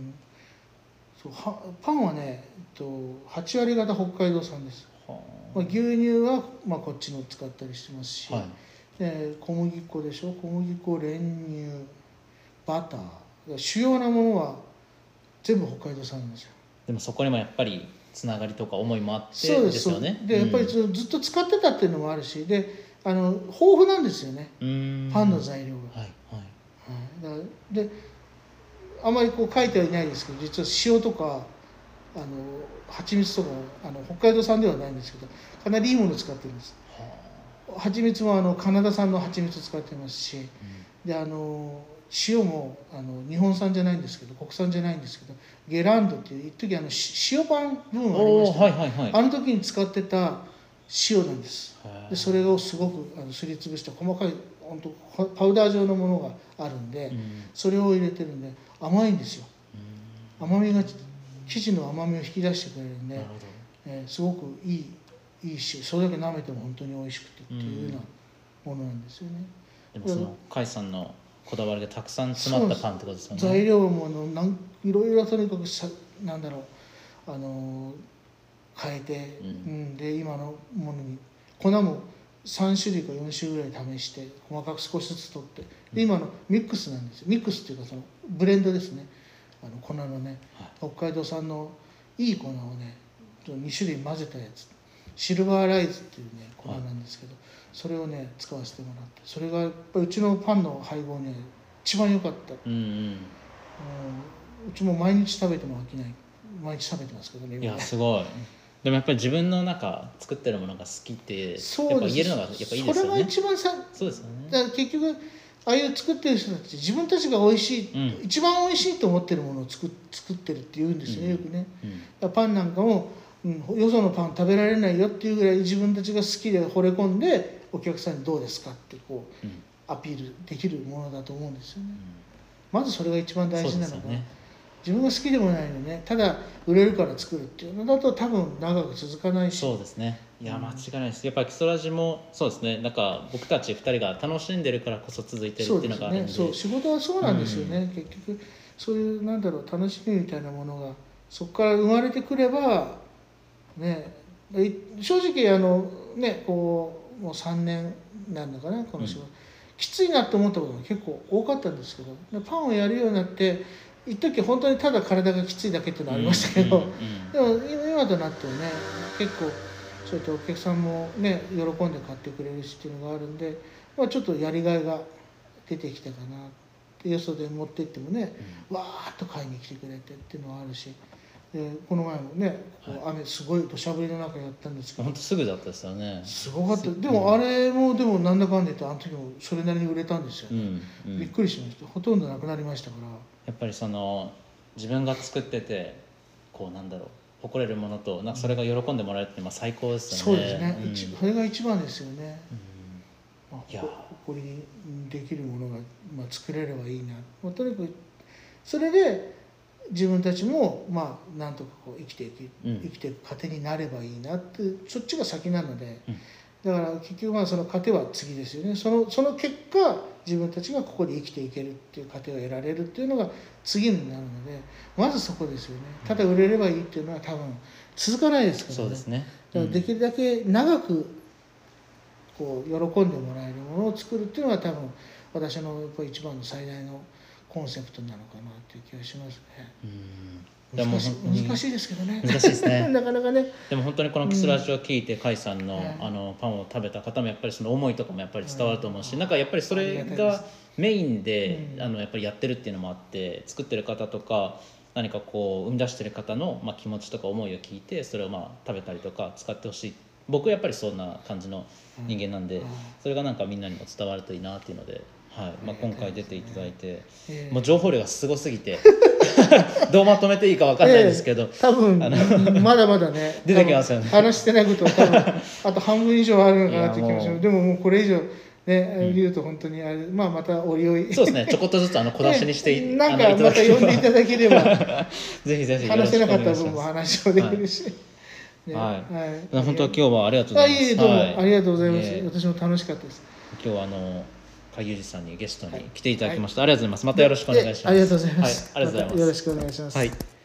そうはパンはね、えっと、はち割方北海道産です。はまあ、牛乳はまあこっちの使ったりしてますし、はい、で小麦粉でしょ、小麦粉、練乳、バター、主要なものは全部北海道産なんですよ。 でもそこにもやっぱりつながりとか思いもあってですよね。 でやっぱりずっと使ってたっていうのもあるし、であの豊富なんですよね、パンの材料が。はいはい、はい、だであまりこう書いてはいないですけど、実は塩とかあの蜂蜜とかあの北海道産ではないんですけど、かなりいいものを使ってるんです。蜂蜜もあのカナダ産の蜂蜜を使ってますし、うん、であの塩もあの日本産じゃないんですけど、国産じゃないんですけど、ゲランドっていう一時あの塩パンブームがありました、ね、はいはいはい、あの時に使ってた塩なんです。でそれをすごくあのすりつぶした細かい本当パウダー状のものがあるんで、うん、それを入れてるんで甘いんですよ、うん、甘みが生地の甘みを引き出してくれるんで、えー、すごくいいいい塩、それだけ舐めても本当に美味しくてっていうようなものなんですよね。 でもその甲斐さんのこだわりがたくさん詰まったパンってことですよね。 材料ものなんいろいろとにかくさなんだろうあの変えて、うん、うん、で今のものに粉もさん種類かよん種類ぐらい試して細かく少しずつ取って、で今のミックスなんですよ。ミックスっていうかそのブレンドですね。あの粉のね、はい、北海道産のいい粉をねに種類混ぜたやつ、シルバーライズっていうね粉なんですけど、はい、それをね使わせてもらって、それがやっぱりうちのパンの配合には一番良かった、うんうん、うちも毎日食べても飽きない、毎日食べてますけどね。 いやすごい。でもやっぱり自分の中作ってるものが好きってやっぱ言えるのがやっぱいいですよね。 それが一番さ、 そうですよね。 だから結局ああいう作ってる人たち自分たちが美味しい、うん、一番美味しいと思ってるものを作作ってるって言うんですよね、うん、よくね、うん、パンなんかも、うん、よそのパン食べられないよっていうぐらい自分たちが好きで惚れ込んでお客さんにどうですかってこう、うん、アピールできるものだと思うんですよね、うん、まずそれが一番大事なのが、ね、自分が好きでもないのね、ただ売れるから作るっていうのだと多分長く続かないし。 そうですね。いや間違いないです。やっぱり基礎ラジもそうですね。なんか僕たちふたりが楽しんでるからこそ続いてるっていうのがあるんで。 そうですね。そう、仕事はそうなんですよね、うん、結局そういうなんだろう楽しみみたいなものがそこから生まれてくればね、正直あのねこうもうさんねんなんだかなこの仕事、うん、きついなと思ったことが結構多かったんですけど、パンをやるようになって一時本当にただ体がきついだけっていうのはありましたけど、でも今となってはね結構そういったお客さんもね喜んで買ってくれるしっていうのがあるんで、まあ、ちょっとやりがいが出てきたかなって、よそで持って行ってもね、うん、わーっと買いに来てくれてっていうのはあるし、でこの前もねこう雨すごい土砂降りの中やったんですけど、 本当すぐだったですよね。 すごかった。でもあれもでもなんだかんだ言ってあの時もそれなりに売れたんですよね、うんうん、びっくりしました。ほとんどなくなりましたから。 やっぱりその自分が作っててこうなんだろう誇れるものとなんかそれが喜んでもらえるってまあ最高ですよね。 そうですね、うん、それが一番ですよね、うんまあ、いや誇りにできるものが、まあ、作れればいいな、まあ、とにかくそれで自分たちもまあなんとかこう生きていく、うん、生きていく糧になればいいなってそっちが先なので、うん、だから結局まあその糧は次ですよね。そのその結果自分たちがここで生きていけるっていう糧を得られるっていうのが次になるので、まずそこですよね。ただ売れればいいっていうのは多分続かないですからね。 そうですね、 うん、だからできるだけ長くこう喜んでもらえるものを作るっていうのが多分私のやっぱり一番の最大のコンセプトなのかなっていう気がしますね。うん難しい、難しいですけどね。 難しいですね。 なかなかね。 でも本当にこのキスラジオを聞いて甲斐さんの、うん、あのパンを食べた方もやっぱりその思いとかもやっぱり伝わると思うし、うん、なんかやっぱりそれがメインで、うん、あのやっぱりやってるっていうのもあって作ってる方とか何かこう生み出してる方の、まあ、気持ちとか思いを聞いてそれをまあ食べたりとか使ってほしい。僕はやっぱりそんな感じの人間なんで、うん、それがなんかみんなにも伝わるといいなっていうので。 はいまあ、今回出ていただいて、 えー、 もう情報量がすごすぎてどうまとめていいか分かんないですけど、えー、多分まだまだね出てきますよね話してないことは多分あと半分以上あるのかなって気もします。でももうこれ以上ね、言うと本当にあれ、まあ、またおいおいそうですねちょこっとずつあの小出しにしていなんかまた呼んでいただければぜひぜひ話せなかった分も話もできるし、 はいはいはい、本当は今日はありがとうございます。 いえいえどうもありがとうございます、はい、私も楽しかったです。 今日はあの海裕二さんにゲストに来ていただきました、はい、ありがとうございます。またよろしくお願いします。 ありがとうございます、 はい、ありがとうございます。 よろしくお願いします。 はい。